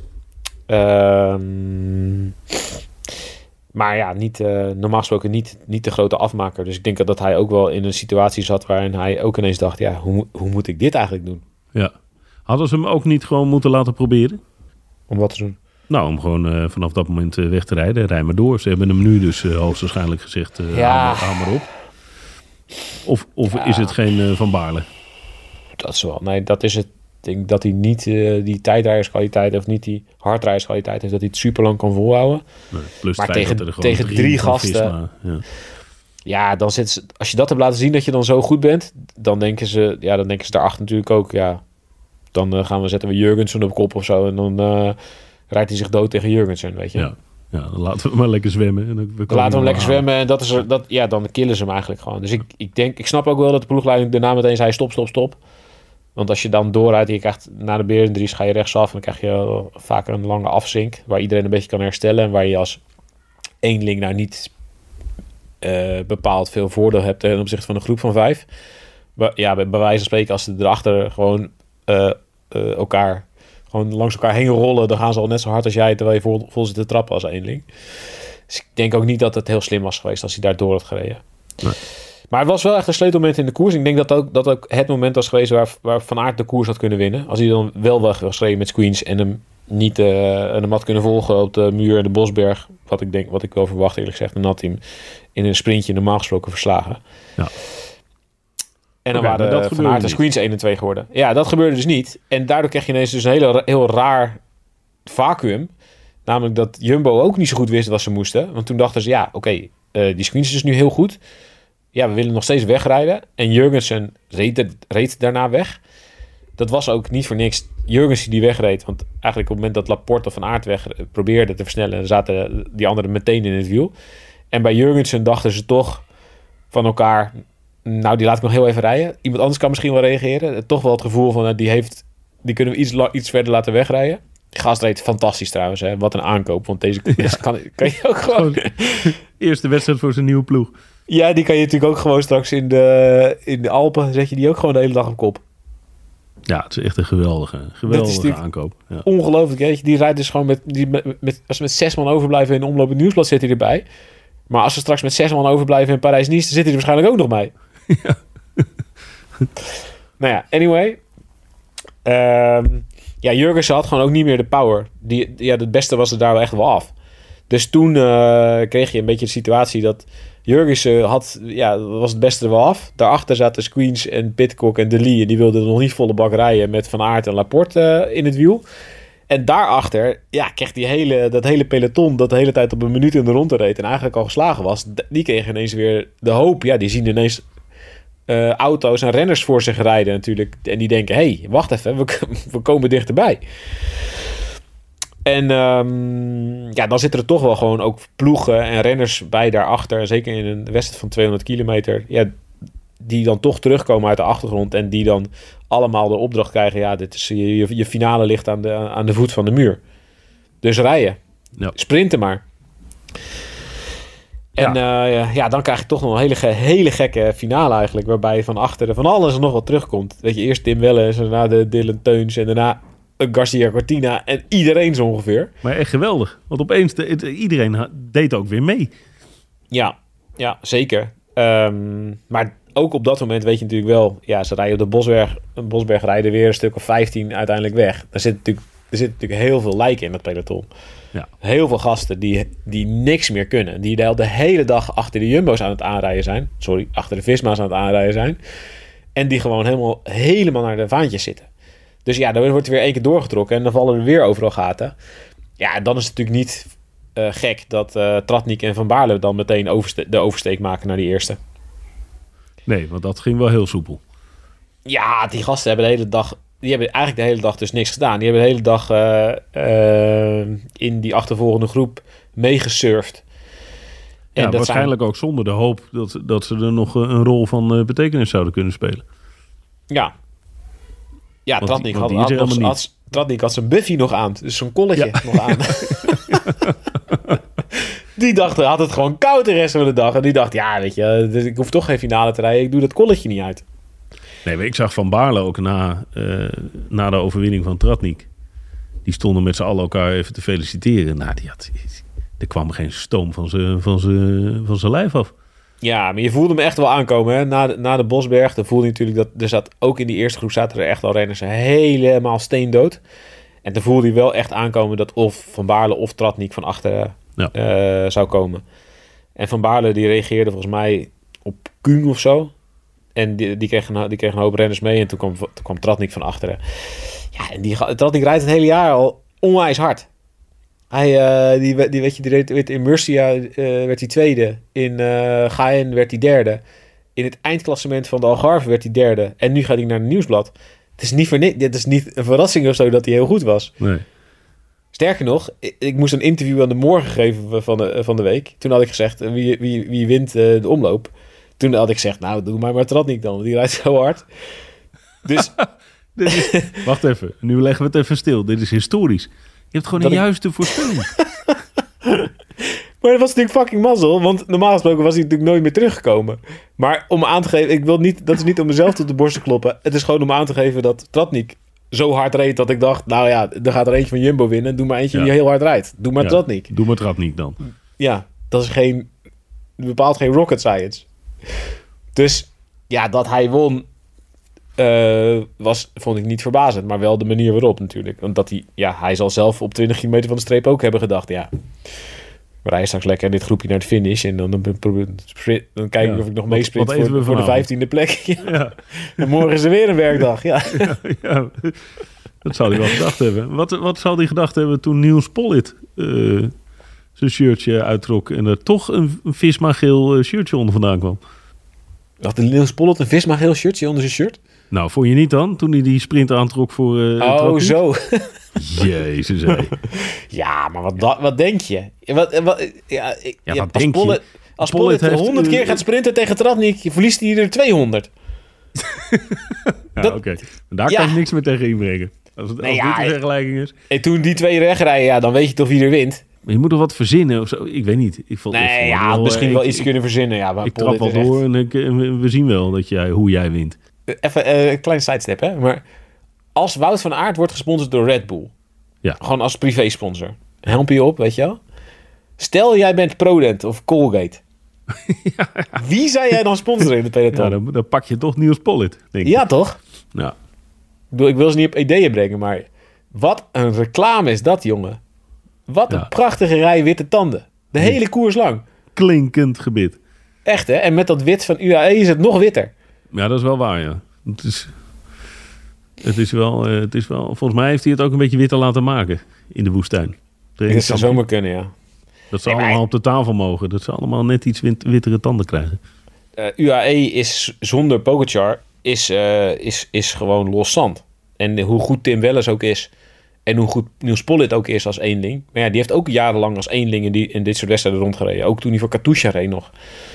Um, maar ja, niet, uh, normaal gesproken niet, niet de grote afmaker. Dus ik denk dat hij ook wel in een situatie zat waarin hij ook ineens dacht, ja, hoe, hoe moet ik dit eigenlijk doen? Ja. Hadden ze hem ook niet gewoon moeten laten proberen? Om wat te doen? Nou, om gewoon uh, vanaf dat moment uh, weg te rijden. Rij maar door. Ze hebben hem nu dus uh, hoogstwaarschijnlijk gezegd, uh, ja. hou, hou maar op. Of, of ja. Is het geen uh, Van Baarle? Dat is wel. Nee, dat is het, denk dat hij niet uh, die tijdrijderskwaliteit of niet die hardrijderskwaliteit heeft, dat hij het super lang kan volhouden. Nee, plus maar het feit tegen, dat er gewoon tegen drie, drie van gasten... Visma, ja. Ja, dan zitten ze, als je dat hebt laten zien dat je dan zo goed bent, dan denken ze, ja, dan denken ze daarachter natuurlijk ook, ja, dan uh, gaan we zetten we Jurgensen op kop of zo en dan uh, rijdt hij zich dood tegen Jurgensen, weet je. Ja, ja, dan laten we hem maar lekker zwemmen. En dan, we dan laten we hem lekker zwemmen en dat is er, dat, ja, dan killen ze hem eigenlijk gewoon. Dus ik, ik denk, ik snap ook wel dat de ploegleiding daarna meteen zei stop, stop, stop. Want als je dan doorrijdt en je krijgt na de Berendries ga je rechtsaf en dan krijg je uh, vaak een lange afzink waar iedereen een beetje kan herstellen en waar je als eenling nou niet uh, bepaald veel voordeel hebt ten opzichte van een groep van vijf. Maar, ja, bij, bij wijze van spreken als ze erachter gewoon uh, uh, elkaar gewoon langs elkaar heen rollen, dan gaan ze al net zo hard als jij terwijl je vol, vol zit te trappen als eenling. Dus ik denk ook niet dat het heel slim was geweest als hij daar door had gereden. Nee. Maar het was wel echt een sleutelmoment in de koers. Ik denk dat ook, dat ook het moment was geweest waar, waar Van Aert de koers had kunnen winnen. Als hij dan wel weg was gereden met Squeens en hem niet uh, en hem had kunnen volgen op de muur en de Bosberg. Wat ik denk, wat ik wel verwacht eerlijk gezegd. Dan had hij hem in een sprintje normaal gesproken verslagen. Ja. En dan okay, waren Van Aert en Squeens één en twee geworden. Ja, dat gebeurde dus niet. En daardoor kreeg je ineens dus een hele, heel raar vacuüm. Namelijk dat Jumbo ook niet zo goed wist wat ze moesten. Want toen dachten ze, ja, oké, okay, uh, die Squeens is dus nu heel goed. Ja, we willen nog steeds wegrijden. En Jurgensen reed, reed daarna weg. Dat was ook niet voor niks Jurgensen die wegreed. Want eigenlijk op het moment dat Laporte of Van Aert weg probeerde te versnellen, zaten die anderen meteen in het wiel. En bij Jurgensen dachten ze toch van elkaar, nou, die laat ik nog heel even rijden. Iemand anders kan misschien wel reageren. Toch wel het gevoel van, die, heeft, die kunnen we iets, iets verder laten wegrijden. Die gast reed fantastisch trouwens. Hè? Wat een aankoop. Want deze, ja. deze kan, kan je ook gewoon... Eerste wedstrijd voor zijn nieuwe ploeg. Ja, die kan je natuurlijk ook gewoon straks in de, in de Alpen. Zet je die ook gewoon de hele dag op kop. Ja, het is echt een geweldige, geweldige aankoop. Ja. Ongelooflijk. Weet je? Die rijdt dus gewoon met, die, met, met... Als ze met zes man overblijven in de omloop in het nieuwsblad zit hij erbij. Maar als ze straks met zes man overblijven in Parijs-Nice, dan zit hij er waarschijnlijk ook nog bij. Ja. Nou ja, anyway. Um, ja, Jurgensen had gewoon ook niet meer de power. Die, ja, het beste was er daar wel echt wel af. Dus toen uh, kreeg je een beetje de situatie dat Jurgensen had, ja, was het beste er wel af. Daarachter zaten Squeens en Pidcock en De Lee. En die wilden nog niet volle bak rijden met Van Aert en Laporte uh, in het wiel. En daarachter, ja, kreeg die hele, dat hele peloton dat de hele tijd op een minuut in de ronde reed en eigenlijk al geslagen was. Die kregen ineens weer de hoop. Ja, die zien ineens uh, auto's en renners voor zich rijden natuurlijk. En die denken, hé, hey, wacht even, we, we komen dichterbij. En um, ja, dan zitten er toch wel gewoon ook ploegen en renners bij daarachter. Zeker in een wedstrijd van tweehonderd kilometer. Ja, die dan toch terugkomen uit de achtergrond. En die dan allemaal de opdracht krijgen. Ja, dit is, je, je finale ligt aan de, aan de voet van de muur. Dus rijden. Ja. Sprinten maar. En ja. Uh, ja, dan krijg je toch nog een hele, hele gekke finale eigenlijk. Waarbij van achteren van alles er nog wat terugkomt. Weet je, eerst Tim Wellens, daarna de Dylan Teuns en daarna Garcia Cortina en iedereen zo ongeveer. Maar echt geweldig. Want opeens, de, iedereen deed ook weer mee. Ja, ja zeker. Um, maar ook op dat moment weet je natuurlijk wel, ja, ze rijden op de Bosberg, Bosberg rijden weer een stuk of vijftien uiteindelijk weg. Er zit natuurlijk, er zit natuurlijk heel veel lijken in dat peloton. Ja. Heel veel gasten die, die niks meer kunnen. Die de hele dag achter de Jumbo's aan het aanrijden zijn. Sorry, achter de Visma's aan het aanrijden zijn. En die gewoon helemaal, helemaal naar de vaantjes zitten. Dus ja, dan wordt er weer één keer doorgetrokken en dan vallen er weer overal gaten. Ja, dan is het natuurlijk niet uh, gek dat uh, Tratnik en Van Baarle dan meteen overste- de oversteek maken naar die eerste. Nee, want dat ging wel heel soepel. Ja, die gasten hebben de hele dag, die hebben eigenlijk de hele dag dus niks gedaan. Die hebben de hele dag uh, uh, in die achtervolgende groep meegesurfd. En ja, dat waarschijnlijk zijn... ook zonder de hoop dat, dat ze er nog een rol van uh, betekenis zouden kunnen spelen. Ja. Ja, Tratnik had, had, had, had, Tratnik had zijn Buffy nog aan. Dus zo'n kolletje ja. nog aan. Die dacht, had het gewoon koud de rest van de dag. En die dacht, ja, weet je, ik hoef toch geen finale te rijden. Ik doe dat kolletje niet uit. Nee, maar ik zag Van Baarle ook na, uh, na de overwinning van Tratnik. Die stonden met z'n allen elkaar even te feliciteren. Nou, die had, er kwam geen stoom van zijn van zijn, van zijn lijf af. Ja, maar je voelde hem echt wel aankomen. Hè? Na, de, na de Bosberg, dan voelde je natuurlijk dat... Er zat, ook in die eerste groep zaten er echt al renners helemaal steendood. En toen voelde hij wel echt aankomen dat of Van Baarle of Tratnik van achteren ja. uh, zou komen. En Van Baarle die reageerde volgens mij op Kuhn of zo. En die, die, kreeg een, die kreeg een hoop renners mee. En toen kwam, toen kwam Tratnik van achteren. Ja, en die, Tratnik rijdt het hele jaar al onwijs hard. Hij, uh, die, die, weet je, die reed in Murcia uh, werd hij tweede. In uh, Jaén werd hij derde. In het eindklassement van de Algarve werd hij derde. En nu gaat hij naar het Nieuwsblad. Het is niet, voor ni- het is niet een verrassing of zo dat hij heel goed was. Nee. Sterker nog, ik, ik moest een interview aan de morgen geven van de, van de week. Toen had ik gezegd, wie, wie, wie wint uh, de omloop? Toen had ik gezegd, nou, doe maar maar Tratnik dan. Die rijdt zo hard. Dus... Dit is, wacht even, nu leggen we het even stil. Dit is historisch. Je hebt gewoon Dat een ik- juiste voorspelling. Maar dat was natuurlijk fucking mazzel. Want normaal gesproken was hij natuurlijk nooit meer teruggekomen. Maar om aan te geven, ik wil niet, dat is niet om mezelf op de borst te kloppen. Het is gewoon om aan te geven dat Tratnik zo hard reed dat ik dacht, nou ja, er gaat er eentje van Jumbo winnen. Doe maar eentje Ja. die heel hard rijdt. Doe maar Ja, Tratnik. Doe maar Tratnik dan. Ja, dat is geen, bepaalt geen rocket science. Dus ja, dat hij won, uh, was, vond ik niet verbazend. Maar wel de manier waarop natuurlijk. Want dat hij, ja, hij zal zelf op twintig kilometer van de streep ook hebben gedacht, ja, we rijden straks lekker in dit groepje naar de finish. En dan, dan, dan kijk ik Ja. of ik nog Wat- meesprint wat eten voor, we voor de vanavond? vijftiende plek. Ja. Ja. En morgen is er weer een werkdag. Ja. Ja, dat zou hij wel gedacht hebben. Wat, wat zou hij gedacht hebben toen Niels Pollitt uh, zijn shirtje uittrok en er toch een, een Visma-geel uh, shirtje onder vandaan kwam? Had de Niels Pollitt een Visma geel shirtje onder zijn shirt? Nou, vond je niet dan, toen hij die sprint aantrok voor... Uh, Oh, Tratnik? zo. Jezus, hé. Ja, maar wat, da- wat denk je? Wat, wat, ja, ik- Ja, ja, wat als denk je? Pollitt, als Pollitt Pollitt heeft, honderd uh, keer gaat sprinten tegen Tratnik, je verliest hij er tweehonderd. Ja, Dat- oké. Daar Ja. kan ik niks meer tegen inbrengen. Als, het, Nee, als ja, dit een vergelijking is. En toen die twee wegrijden, ja, dan weet je toch wie er wint. Maar je moet er wat verzinnen of zo. Ik weet niet. Ik vond, ik Nee, vond het ja, had misschien ik- wel iets ik, kunnen verzinnen. Ja, maar Ik trap Pollitt wel is echt- door en ik, en we- we zien wel dat jij, hoe jij wint. Even eh, een klein sidestep, hè. Maar als Wout van Aert wordt gesponsord door Red Bull. Ja. Gewoon als privé-sponsor. Help je op, weet je wel. Stel, jij bent Prodent of Colgate. Wie zou jij dan sponsoren in de peloton? Ja, Ja, dan, dan pak je toch Niels Pollitt, denk ik. toch? Ja. Ik bedoel, ik wil ze niet op ideeën brengen, maar... Wat een reclame is dat, jongen. Wat een Ja. prachtige rij witte tanden. De hele koers lang. Klinkend gebit. Echt, hè? En met dat wit van U A E is het nog witter. Ja, dat is wel waar, ja. Het is, het is, wel, eh, het is wel... Volgens mij heeft hij het ook een beetje witter laten maken in de woestijn. Dat zou zomaar kunnen, ja. Dat ze Nee, maar allemaal hij- op de tafel mogen. Dat ze allemaal net iets wit- wittere tanden krijgen. Uh, U A E is zonder Pogacar is, uh, is, is gewoon los zand. En hoe goed Tim Wellens ook is... en hoe goed Niels Pollitt ook is als eenling... maar ja, die heeft ook jarenlang als eenling... in, die, in dit soort wedstrijden rondgereden. Ook toen hij voor Katusha reed nog.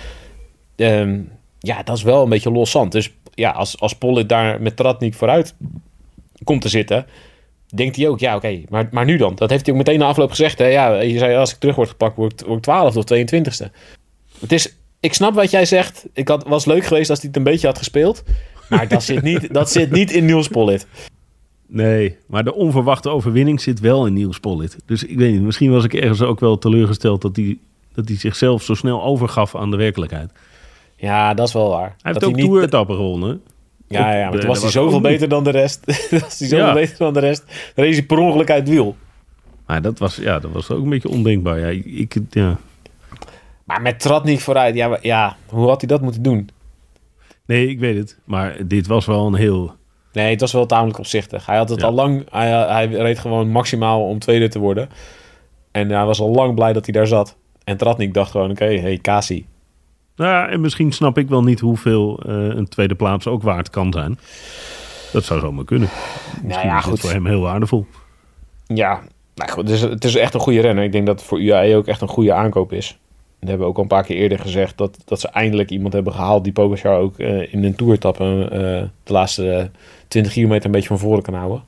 Um, ja, dat is wel een beetje los zand. Dus ja, als, als Pollitt daar met Tratnik vooruit komt te zitten... denkt hij ook, ja oké, okay, maar, maar nu dan? Dat heeft hij ook meteen na afloop gezegd. Hè? Ja, je zei, als ik terug word gepakt, word ik, word ik twaalfde of tweeëntwintigste. Het is... Ik snap wat jij zegt. Ik had, was leuk geweest als hij het een beetje had gespeeld. Maar dat zit niet, dat zit niet in Niels Pollitt. Nee, maar de onverwachte overwinning zit wel in Niels Pollitt. Dus ik weet niet, misschien was ik ergens ook wel teleurgesteld... dat hij, dat hij zichzelf zo snel overgaf aan de werkelijkheid. Ja, dat is wel waar. Hij heeft dat ook niet, toeretappen gewonnen. Ja, ja, maar toen was hij zoveel ook niet- beter dan de rest. Toen was hij zoveel Ja. beter dan de rest. Dan reed hij per ongeluk uit het wiel. Maar dat was, ja, dat was ook een beetje ondenkbaar. Ja, ik, ja. Maar met Tratnik vooruit, ja, maar- ja, hoe had hij dat moeten doen? Nee, ik weet het. Maar dit was wel een heel... Nee, het was wel tamelijk opzichtig. Hij had het Ja. al lang... Hij, hij reed gewoon maximaal om tweede te worden. En hij was al lang blij dat hij daar zat. En Tratnik dacht gewoon, oké, okay, hey, Kasi. Nou ja, en misschien snap ik wel niet hoeveel uh, een tweede plaats ook waard kan zijn. Dat zou zomaar kunnen. Misschien Nou ja, is het goed. voor hem heel waardevol. Ja, nou goed, het is, het is echt een goede renner. Ik denk dat het voor U A E ook echt een goede aankoop is. Dat hebben we ook al een paar keer eerder gezegd... dat, dat ze eindelijk iemand hebben gehaald... die Pogacar ook uh, in een toeretappe... Uh, de laatste uh, twintig kilometer een beetje van voren kan houden.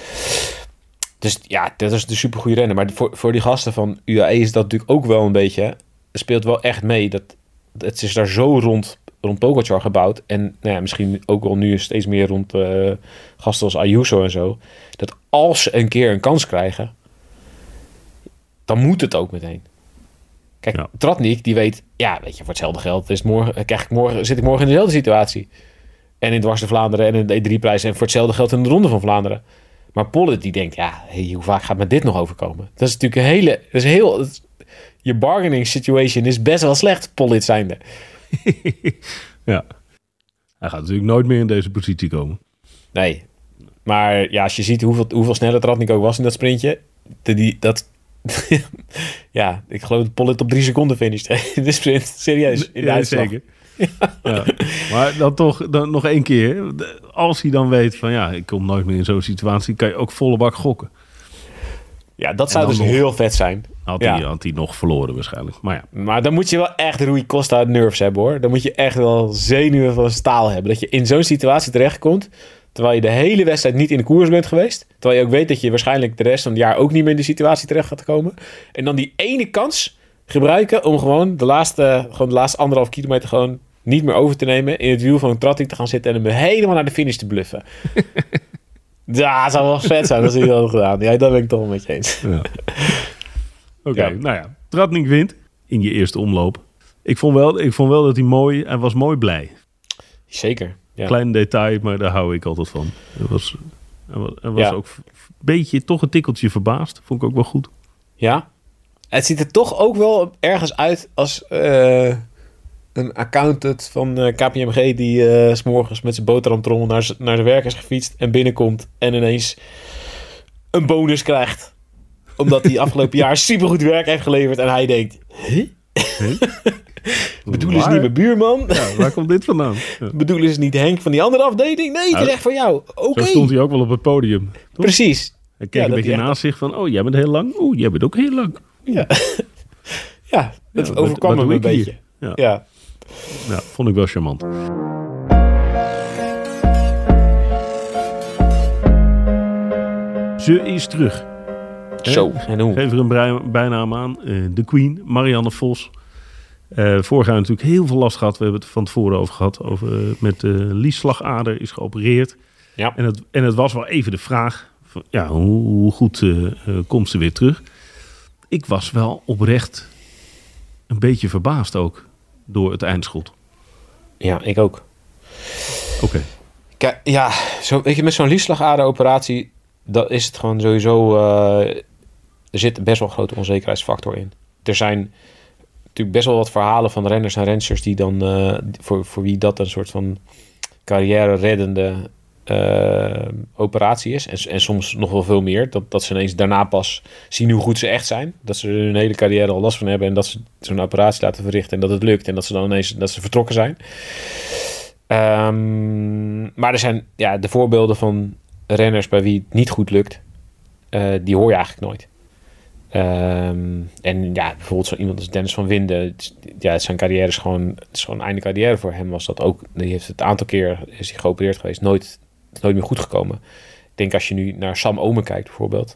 Dus ja, dat is een supergoeie renner. Maar voor, voor die gasten van U A E is dat natuurlijk ook wel een beetje... Het speelt wel echt mee. Dat, het is daar zo rond, rond Pogacar gebouwd. En nou ja, misschien ook wel nu steeds meer rond uh, gasten als Ayuso en zo. Dat als ze een keer een kans krijgen... dan moet het ook meteen. Kijk, Ja. Tratnik, die weet... Ja, weet je, voor hetzelfde geld is morgen, krijg ik morgen, zit ik morgen in dezelfde situatie. En in Dwars de Vlaanderen en in de E drie prijs... en voor hetzelfde geld in de Ronde van Vlaanderen. Maar Pollitt, die denkt... Ja, hey, hoe vaak gaat me dit nog overkomen? Dat is natuurlijk een hele... Dat is heel, dat is, je bargaining situation is best wel slecht, Pollitt zijnde. Ja. Hij gaat natuurlijk nooit meer in deze positie komen. Nee. Maar ja, als je ziet hoeveel, hoeveel sneller Tratnik ook was in dat sprintje. De, die, dat... ja, ik geloof dat Pollitt op drie seconden finisht in de sprint. Serieus, in de ja, uitslag. zeker. Ja. Maar dan toch dan nog één keer. Als hij dan weet van ja, ik kom nooit meer in zo'n situatie, kan je ook volle bak gokken. Ja, dat zou dus nog heel vet zijn. Had, ja. hij, had hij nog verloren waarschijnlijk. Maar ja. Maar dan moet je wel echt Rui Costa nerves hebben hoor. Dan moet je echt wel zenuwen van staal hebben. Dat je in zo'n situatie terechtkomt, terwijl je de hele wedstrijd niet in de koers bent geweest. Terwijl je ook weet dat je waarschijnlijk de rest van het jaar ook niet meer in die situatie terecht gaat komen. En dan die ene kans gebruiken om gewoon de laatste, gewoon de laatste anderhalf kilometer gewoon niet meer over te nemen. In het wiel van een Tratnik te gaan zitten en hem helemaal naar de finish te bluffen. Ja, dat zou wel vet zijn als hij dat had gedaan. Ja, dat ben ik toch wel met je eens. Ja. Oké, okay, ja. nou ja. Tratnik wint in je eerste omloop. Ik vond wel, ik vond wel dat hij mooi... Hij was mooi blij. Zeker, ja. Klein detail, maar daar hou ik altijd van. Hij was, hij was, hij was ja. ook een beetje, toch een tikkeltje verbaasd. Vond ik ook wel goed. Ja. Het ziet er toch ook wel ergens uit als uh, een accountant van uh, K P M G... die uh, 's morgens met zijn boterhamtrommel naar, z- naar zijn werk is gefietst... en binnenkomt en ineens een bonus krijgt. Omdat hij afgelopen jaar supergoed werk heeft geleverd... en hij denkt... Huh? Huh? Bedoelen ze niet mijn buurman? Ja, waar komt dit vandaan? Ja. Bedoelen ze niet Henk van die andere afdeling? Nee, het is echt voor jou. Oké. Okay. Zo stond hij ook wel op het podium. Toch? Precies. Hij keek ja, een beetje naast zich van... oh, jij bent heel lang. Oeh, jij bent ook heel lang. Ja, ja dat ja, overkwam wat, wat hem een beetje. Ja. Ja. ja, vond ik wel charmant. Ze is terug. Zo, en hoe? Geef er een brei- bijnaam aan. Uh, de Queen, Marianne Vos. Uh, vorig jaar natuurlijk heel veel last gehad. We hebben het van tevoren over gehad. Over, uh, met de uh, liesslagader is geopereerd. Ja. En, het, en het was wel even de vraag. Van, ja, hoe, hoe goed uh, uh, komt ze weer terug? Ik was wel oprecht een beetje verbaasd ook. Door het eindschot. Ja, ik ook. Oké. Okay. Kijk, ja, zo, weet je, met zo'n liesslagaderoperatie... dat is het gewoon sowieso... Uh, er zit best wel een grote onzekerheidsfactor in. Er zijn natuurlijk best wel wat verhalen van renners en rensters... die dan, uh, voor, voor wie dat een soort van carrière-reddende uh, operatie is. En, en soms nog wel veel meer. Dat, dat ze ineens daarna pas zien hoe goed ze echt zijn. Dat ze er hun hele carrière al last van hebben... en dat ze zo'n operatie laten verrichten en dat het lukt... en dat ze dan ineens dat ze vertrokken zijn. Um, maar er zijn ja, de voorbeelden van renners bij wie het niet goed lukt... Uh, die hoor je eigenlijk nooit. Um, en ja, bijvoorbeeld zo iemand als Dennis van Winden... Het, ja, zijn carrière is gewoon... Het is gewoon einde carrière voor hem. Was dat ook... Die heeft het aantal keer is hij geopereerd geweest. Nooit, nooit meer goed gekomen. Ik denk als je nu naar Sam Omen kijkt bijvoorbeeld...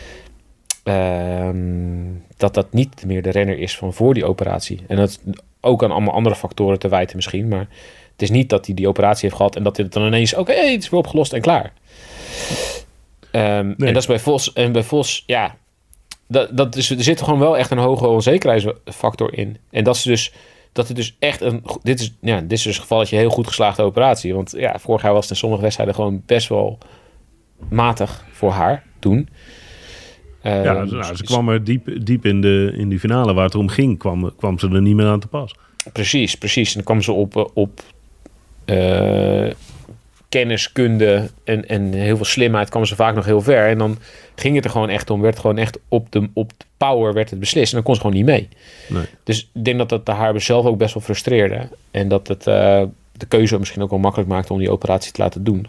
Um, dat dat niet meer de renner is van voor die operatie. En dat ook aan allemaal andere factoren te wijten misschien. Maar het is niet dat hij die operatie heeft gehad... en dat hij het dan ineens... Oké, okay, het is weer opgelost en klaar. Um, nee. En dat is bij Vos... En bij Vos, ja... Dat, dat is, er zit gewoon wel echt een hoge onzekerheidsfactor in. En dat is dus... Dat het dus echt een... Dit is, ja, dit is dus het gevalletje heel goed geslaagde operatie. Want ja, vorig jaar was het in sommige wedstrijden... gewoon best wel matig voor haar toen... Ja, um, nou, ze kwam er diep, diep in, de, in die finale waar het om ging, kwam, kwam ze er niet meer aan te pas. Precies, precies. En dan kwam ze op, op uh, kennis, kunde en, en heel veel slimheid kwam ze vaak nog heel ver. En dan ging het er gewoon echt om, werd gewoon echt op de, op de power werd het beslist. En dan kon ze gewoon niet mee. Nee. Dus ik denk dat dat haar zelf ook best wel frustreerde. En dat het uh, de keuze misschien ook wel makkelijk maakte om die operatie te laten doen.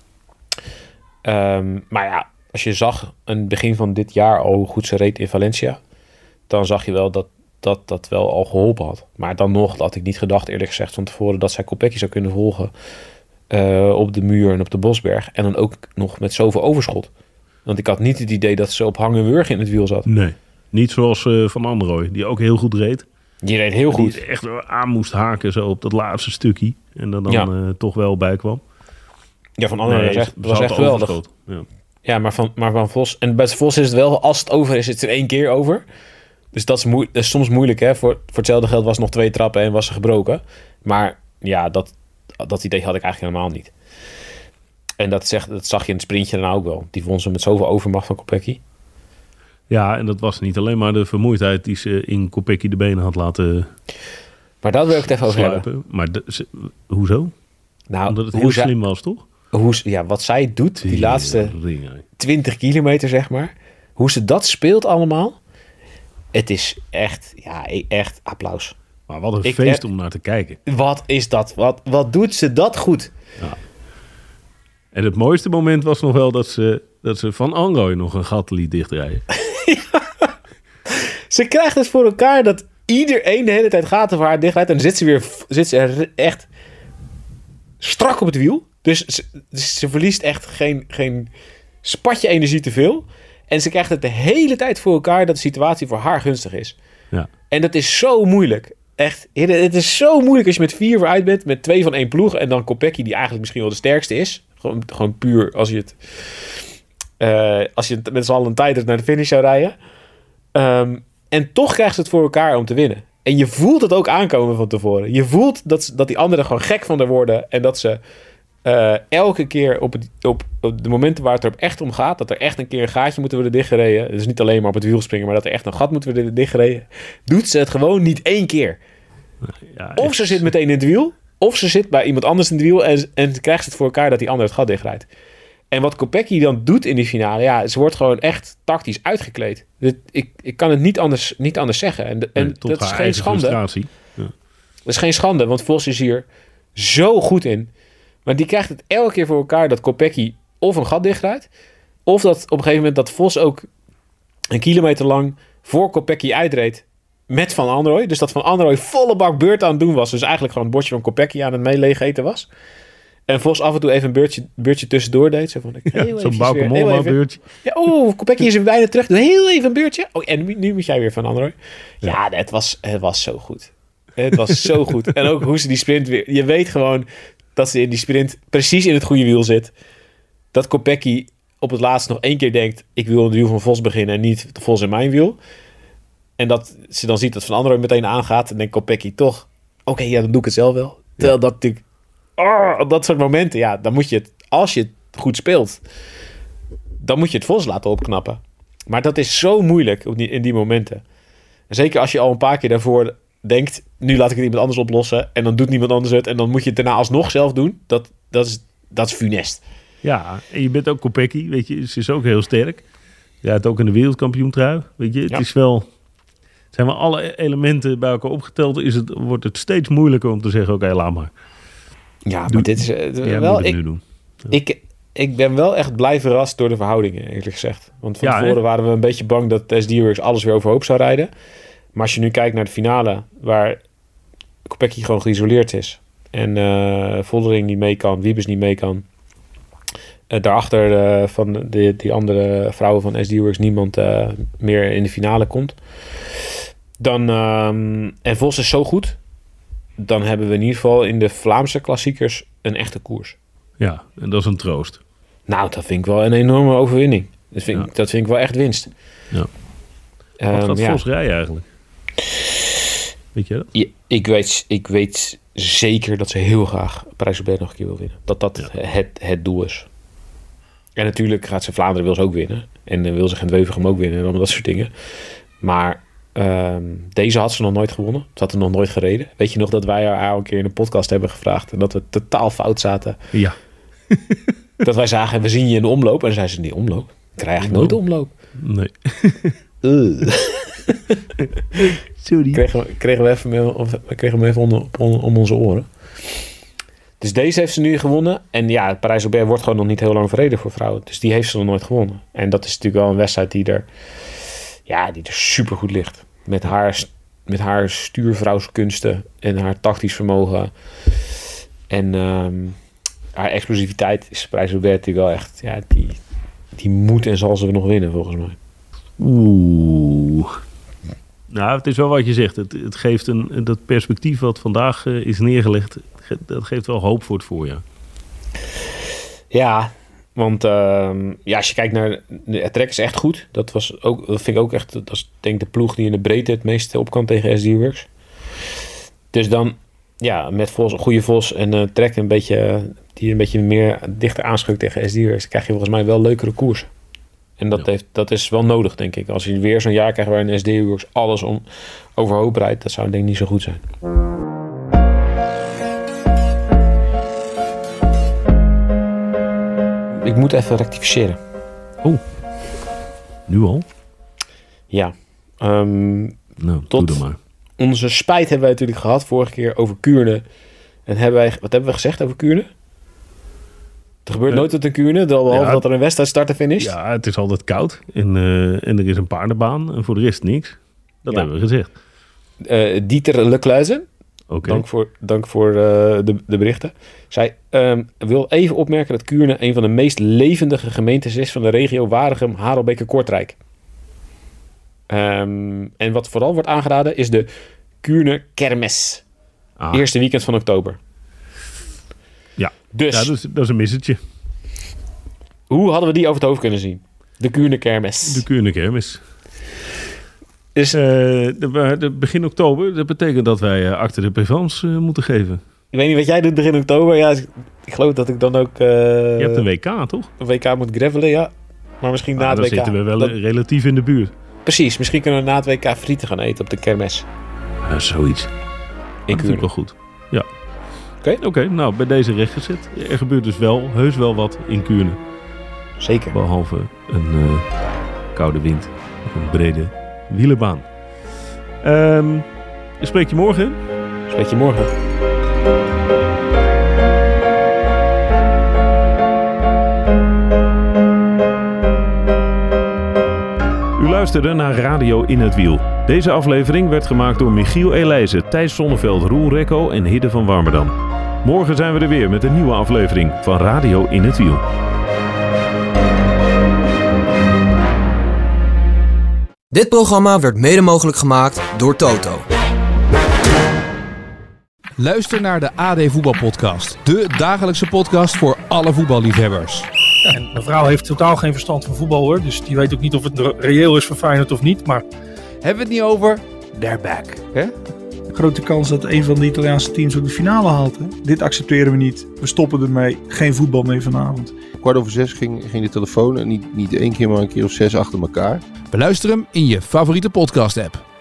Um, maar ja, als je zag aan het begin van dit jaar al hoe goed ze reed in Valencia... dan zag je wel dat dat, dat wel al geholpen had. Maar dan nog had ik niet gedacht, eerlijk gezegd, van tevoren... dat zij Kopecky zou kunnen volgen uh, op de muur en op de Bosberg. En dan ook nog met zoveel overschot. Want ik had niet het idee dat ze op hang en wurg in het wiel zat. Nee, niet zoals uh, Van Androoy, die ook heel goed reed. Die reed heel goed. Die echt aan moest haken zo op dat laatste stukje. En dan, dan ja. uh, toch wel bij kwam. Ja, Van Androoy nee, was echt, was echt geweldig. Ja. Ja, maar van, maar van Vos... En bij Vos is het wel, als het over is, is het er één keer over. Dus dat is, moe, dat is soms moeilijk, hè. Voor, voor hetzelfde geld was het nog twee trappen en was ze gebroken. Maar ja, dat, dat idee had ik eigenlijk helemaal niet. En dat, zegt, dat zag je in het sprintje daarna ook wel. Die won ze met zoveel overmacht van Kopecky. Ja, en dat was niet alleen maar de vermoeidheid die ze in Kopecky de benen had laten... Maar daar wil ik het even over sluipen. hebben. Maar de, ze, hoezo? Nou, Omdat het hoe heel zij- slim was, toch? Hoe, ze- ja, wat zij doet, die laatste Ringen. twintig kilometer, zeg maar. Hoe ze dat speelt allemaal. Het is echt, ja, echt applaus. Maar wat een Ik- feest eh, om naar te kijken. Wat is dat? Wat, wat doet ze dat goed? En het mooiste moment was nog wel dat ze, dat ze Van Anrooy nog een gat liet dichtrijden. Ze krijgt het voor elkaar dat iedereen de hele tijd gaten voor haar dichtrijdt. En dan zit ze weer zit ze er echt strak op het wiel. Dus ze, ze verliest echt geen, geen spatje energie te veel. En ze krijgt het de hele tijd voor elkaar dat de situatie voor haar gunstig is. Ja. En dat is zo moeilijk. Echt, het is zo moeilijk als je met vier vooruit bent. Met twee van één ploeg. En dan Kopecky, die eigenlijk misschien wel de sterkste is. Gewoon, gewoon puur als je het... Uh, als je met z'n allen een tijdrit naar de finish zou rijden. Um, en toch krijgt ze het voor elkaar om te winnen. En je voelt het ook aankomen van tevoren. Je voelt dat, dat die anderen gewoon gek van haar worden. En dat ze uh, elke keer op, het, op, op de momenten waar het er echt om gaat... dat er echt een keer een gaatje moet worden dichtgereden. Dus niet alleen maar op het wiel springen... maar dat er echt een gat moet worden dichtgereden. Doet ze het gewoon niet één keer. Ja, Of echt. ze zit meteen in het wiel... of ze zit bij iemand anders in het wiel... en, en krijgt ze het voor elkaar dat die ander het gat dichtrijdt. En wat Kopecky dan doet in die finale... ja, ze wordt gewoon echt tactisch uitgekleed. Dit, ik, ik kan het niet anders, niet anders zeggen. En, en Nee, tot dat is haar geen eigen schande. frustratie. Ja. Dat is geen schande, want Vos is hier zo goed in. Maar die krijgt het elke keer voor elkaar... dat Kopecky of een gat dichtrijdt... of dat op een gegeven moment dat Vos ook... een kilometer lang voor Kopecky uitreed... met Van Anrooy. Dus dat Van Anrooy volle bak beurt aan het doen was. Dus eigenlijk gewoon het bordje van Kopecky aan het meeleeg eten was. En Vos af en toe even een beurtje, beurtje tussendoor deed. Zo van, ik Ja, heel zo'n eventjes Bauke weer- heel Mollema even- beurtje. Ja, oh, Kopecky is er bijna terug. Doe heel even een beurtje. Oh, en nu, nu moet jij weer Van Anrooy. Ja, het, was, het was zo goed. Het was zo goed. En ook hoe ze die sprint weer... Je weet gewoon dat ze in die sprint precies in het goede wiel zit. Dat Kopecky op het laatst nog één keer denkt... ik wil in het wiel van Vos beginnen en niet de Vos in mijn wiel. En dat ze dan ziet dat Van Anrooy meteen aangaat... en denkt Kopecky toch... oké, okay, ja, dan doe ik het zelf wel. Terwijl dat natuurlijk... Oh, dat soort momenten, ja, dan moet je het... als je het goed speelt... dan moet je het Vos laten opknappen. Maar dat is zo moeilijk op die, in die momenten. En zeker als je al een paar keer daarvoor denkt... nu laat ik het iemand anders oplossen... en dan doet niemand anders het... en dan moet je het daarna alsnog zelf doen. Dat, dat, is, dat is funest. Ja, en je bent ook Kopecky, weet je. Ze is ook heel sterk. Ja, het ook in de wereldkampioentrui. Weet je, het Ja. is wel... Zijn we alle elementen bij elkaar opgeteld... Is het, wordt het steeds moeilijker om te zeggen... oké, okay, laat maar. Ja, maar Doe- dit is uh, Jij wel... moet het Ik, nu doen. ik, ik ben wel echt blij verrast door de verhoudingen, eerlijk gezegd. Want van Ja, tevoren hè? waren we een beetje bang... dat S D-Works alles weer overhoop zou rijden. Maar als je nu kijkt naar de finale... waar Kopecky gewoon geïsoleerd is... en uh, Voldering niet mee kan... Wiebes niet mee kan... Uh, daarachter uh, van de, die andere vrouwen van S D-Works... niemand uh, meer in de finale komt... dan um, en Vos is zo goed... dan hebben we in ieder geval in de Vlaamse klassiekers... een echte koers. Ja, en dat is een troost. Nou, dat vind ik wel een enorme overwinning. Dat vind, Ja. ik, dat vind ik wel echt winst. Ja. Um, Wat gaat ja. Vos rijden eigenlijk? Weet je dat? Ja, ik, weet, ik weet zeker dat ze heel graag Parijs-Roubaix nog een keer wil winnen. Dat dat Ja. het, het doel is. En natuurlijk gaat ze Vlaanderen wil ze ook winnen. En uh, wil ze Gent-Wevelgem ook winnen en allemaal dat soort dingen. Maar um, deze had ze nog nooit gewonnen. Ze had er nog nooit gereden. Weet je nog dat wij haar een keer in een podcast hebben gevraagd... en dat we totaal fout zaten... Ja. dat wij zagen, we zien je in de omloop. En dan zei ze, in die omloop? Ik krijg eigenlijk nooit de omloop. Nee. Uh. Sorry. kregen, we, kregen we even, mee, of, we kregen hem even onder, om, om onze oren. Dus deze heeft ze nu gewonnen. En ja, Parijs-Roubaix wordt gewoon nog niet heel lang verreden voor vrouwen. Dus die heeft ze nog nooit gewonnen. En dat is natuurlijk wel een wedstrijd die er, ja, die er super goed ligt. Met haar, met haar stuurvrouwskunsten en haar tactisch vermogen. En um, haar explosiviteit is Parijs-Roubaix natuurlijk wel echt... Ja, die, die moet en zal ze nog winnen, volgens mij. Oeh. Nou, het is wel wat je zegt. Het, het geeft een, dat perspectief wat vandaag uh, is neergelegd... dat geeft wel hoop voor het voorjaar. Ja, want uh, ja, als je kijkt naar... Het trek is echt goed. Dat, was ook, dat vind ik ook echt... Dat is denk ik de ploeg die in de breedte het meest op kan tegen S D-Works. Dus dan, ja, met Vos, een goede Vos en uh, trek een beetje... die een beetje meer dichter aanschuift tegen S D-Works... krijg je volgens mij wel leukere koersen. En dat, Ja. heeft, dat is wel nodig, denk ik. Als je weer zo'n jaar krijgt waarin S D-Works alles om, overhoop rijdt... dat zou denk ik niet zo goed zijn. moet even rectificeren. Oh, nu al? Ja. Um, nou, tot doe dan maar. Onze spijt hebben wij natuurlijk gehad vorige keer over Kuurne. En hebben wij, wat hebben we gezegd over Kuurne? Er gebeurt uh, nooit wat in Kuurne, behalve ja, dat er een wedstrijd start en finish. Ja, het is altijd koud en, uh, en er is een paardenbaan en voor de rest niks. Dat ja. hebben we gezegd. Uh, Dieter Lecluizen, okay. dank voor, dank voor uh, de, de berichten. Zij um, wil even opmerken dat Kuurne een van de meest levendige gemeentes is van de regio Waregem, Harelbeke, Kortrijk. Um, en wat vooral wordt aangeraden is de Kuurne Kermis. Ah. Eerste weekend van oktober. Ja, dus, ja dat, is, dat is een missertje. Hoe hadden we die over het hoofd kunnen zien? De Kuurne Kermis. De Kuurne Kermis. Dus, uh, de, de begin oktober, dat betekent dat wij uh, acte de présence uh, moeten geven. Ik weet niet wat jij doet begin oktober. Ja, ik geloof dat ik dan ook... Uh, Je hebt een W K, toch? Een W K moet gravelen, ja. Maar misschien ah, na het W K. Dan zitten we wel dat... relatief in de buurt. Precies, misschien kunnen we na het W K frieten gaan eten op de kermis. Uh, zoiets. Ik dat is wel goed. Ja. Oké. Okay. Oké, okay, nou, bij deze rechtgezet. Er gebeurt dus wel, heus wel wat in Kuurne. Zeker. Behalve een uh, koude wind of een brede wielerbaan. Um, spreek je morgen? Spreek je morgen. U luisterde naar Radio In het Wiel. Deze aflevering werd gemaakt door Michiel Elijzen, Thijs Zonneveld, Roel Rekko en Hidde van Warmerdam. Morgen zijn we er weer met een nieuwe aflevering van Radio In het Wiel. Dit programma werd mede mogelijk gemaakt door Toto. Luister naar de A D Voetbalpodcast. De dagelijkse podcast voor alle voetballiefhebbers. En mijn vrouw heeft totaal geen verstand van voetbal hoor. Dus die weet ook niet of het reëel is voor Feyenoord of niet. Maar hebben we het niet over? They're back. Hè? Grote kans dat een van de Italiaanse teams ook de finale haalt. Hè? Dit accepteren we niet. We stoppen ermee. Geen voetbal meer vanavond. Kwart over zes ging, ging de telefoon. En niet, niet één keer, maar een keer of zes achter elkaar. Beluister hem in je favoriete podcast app.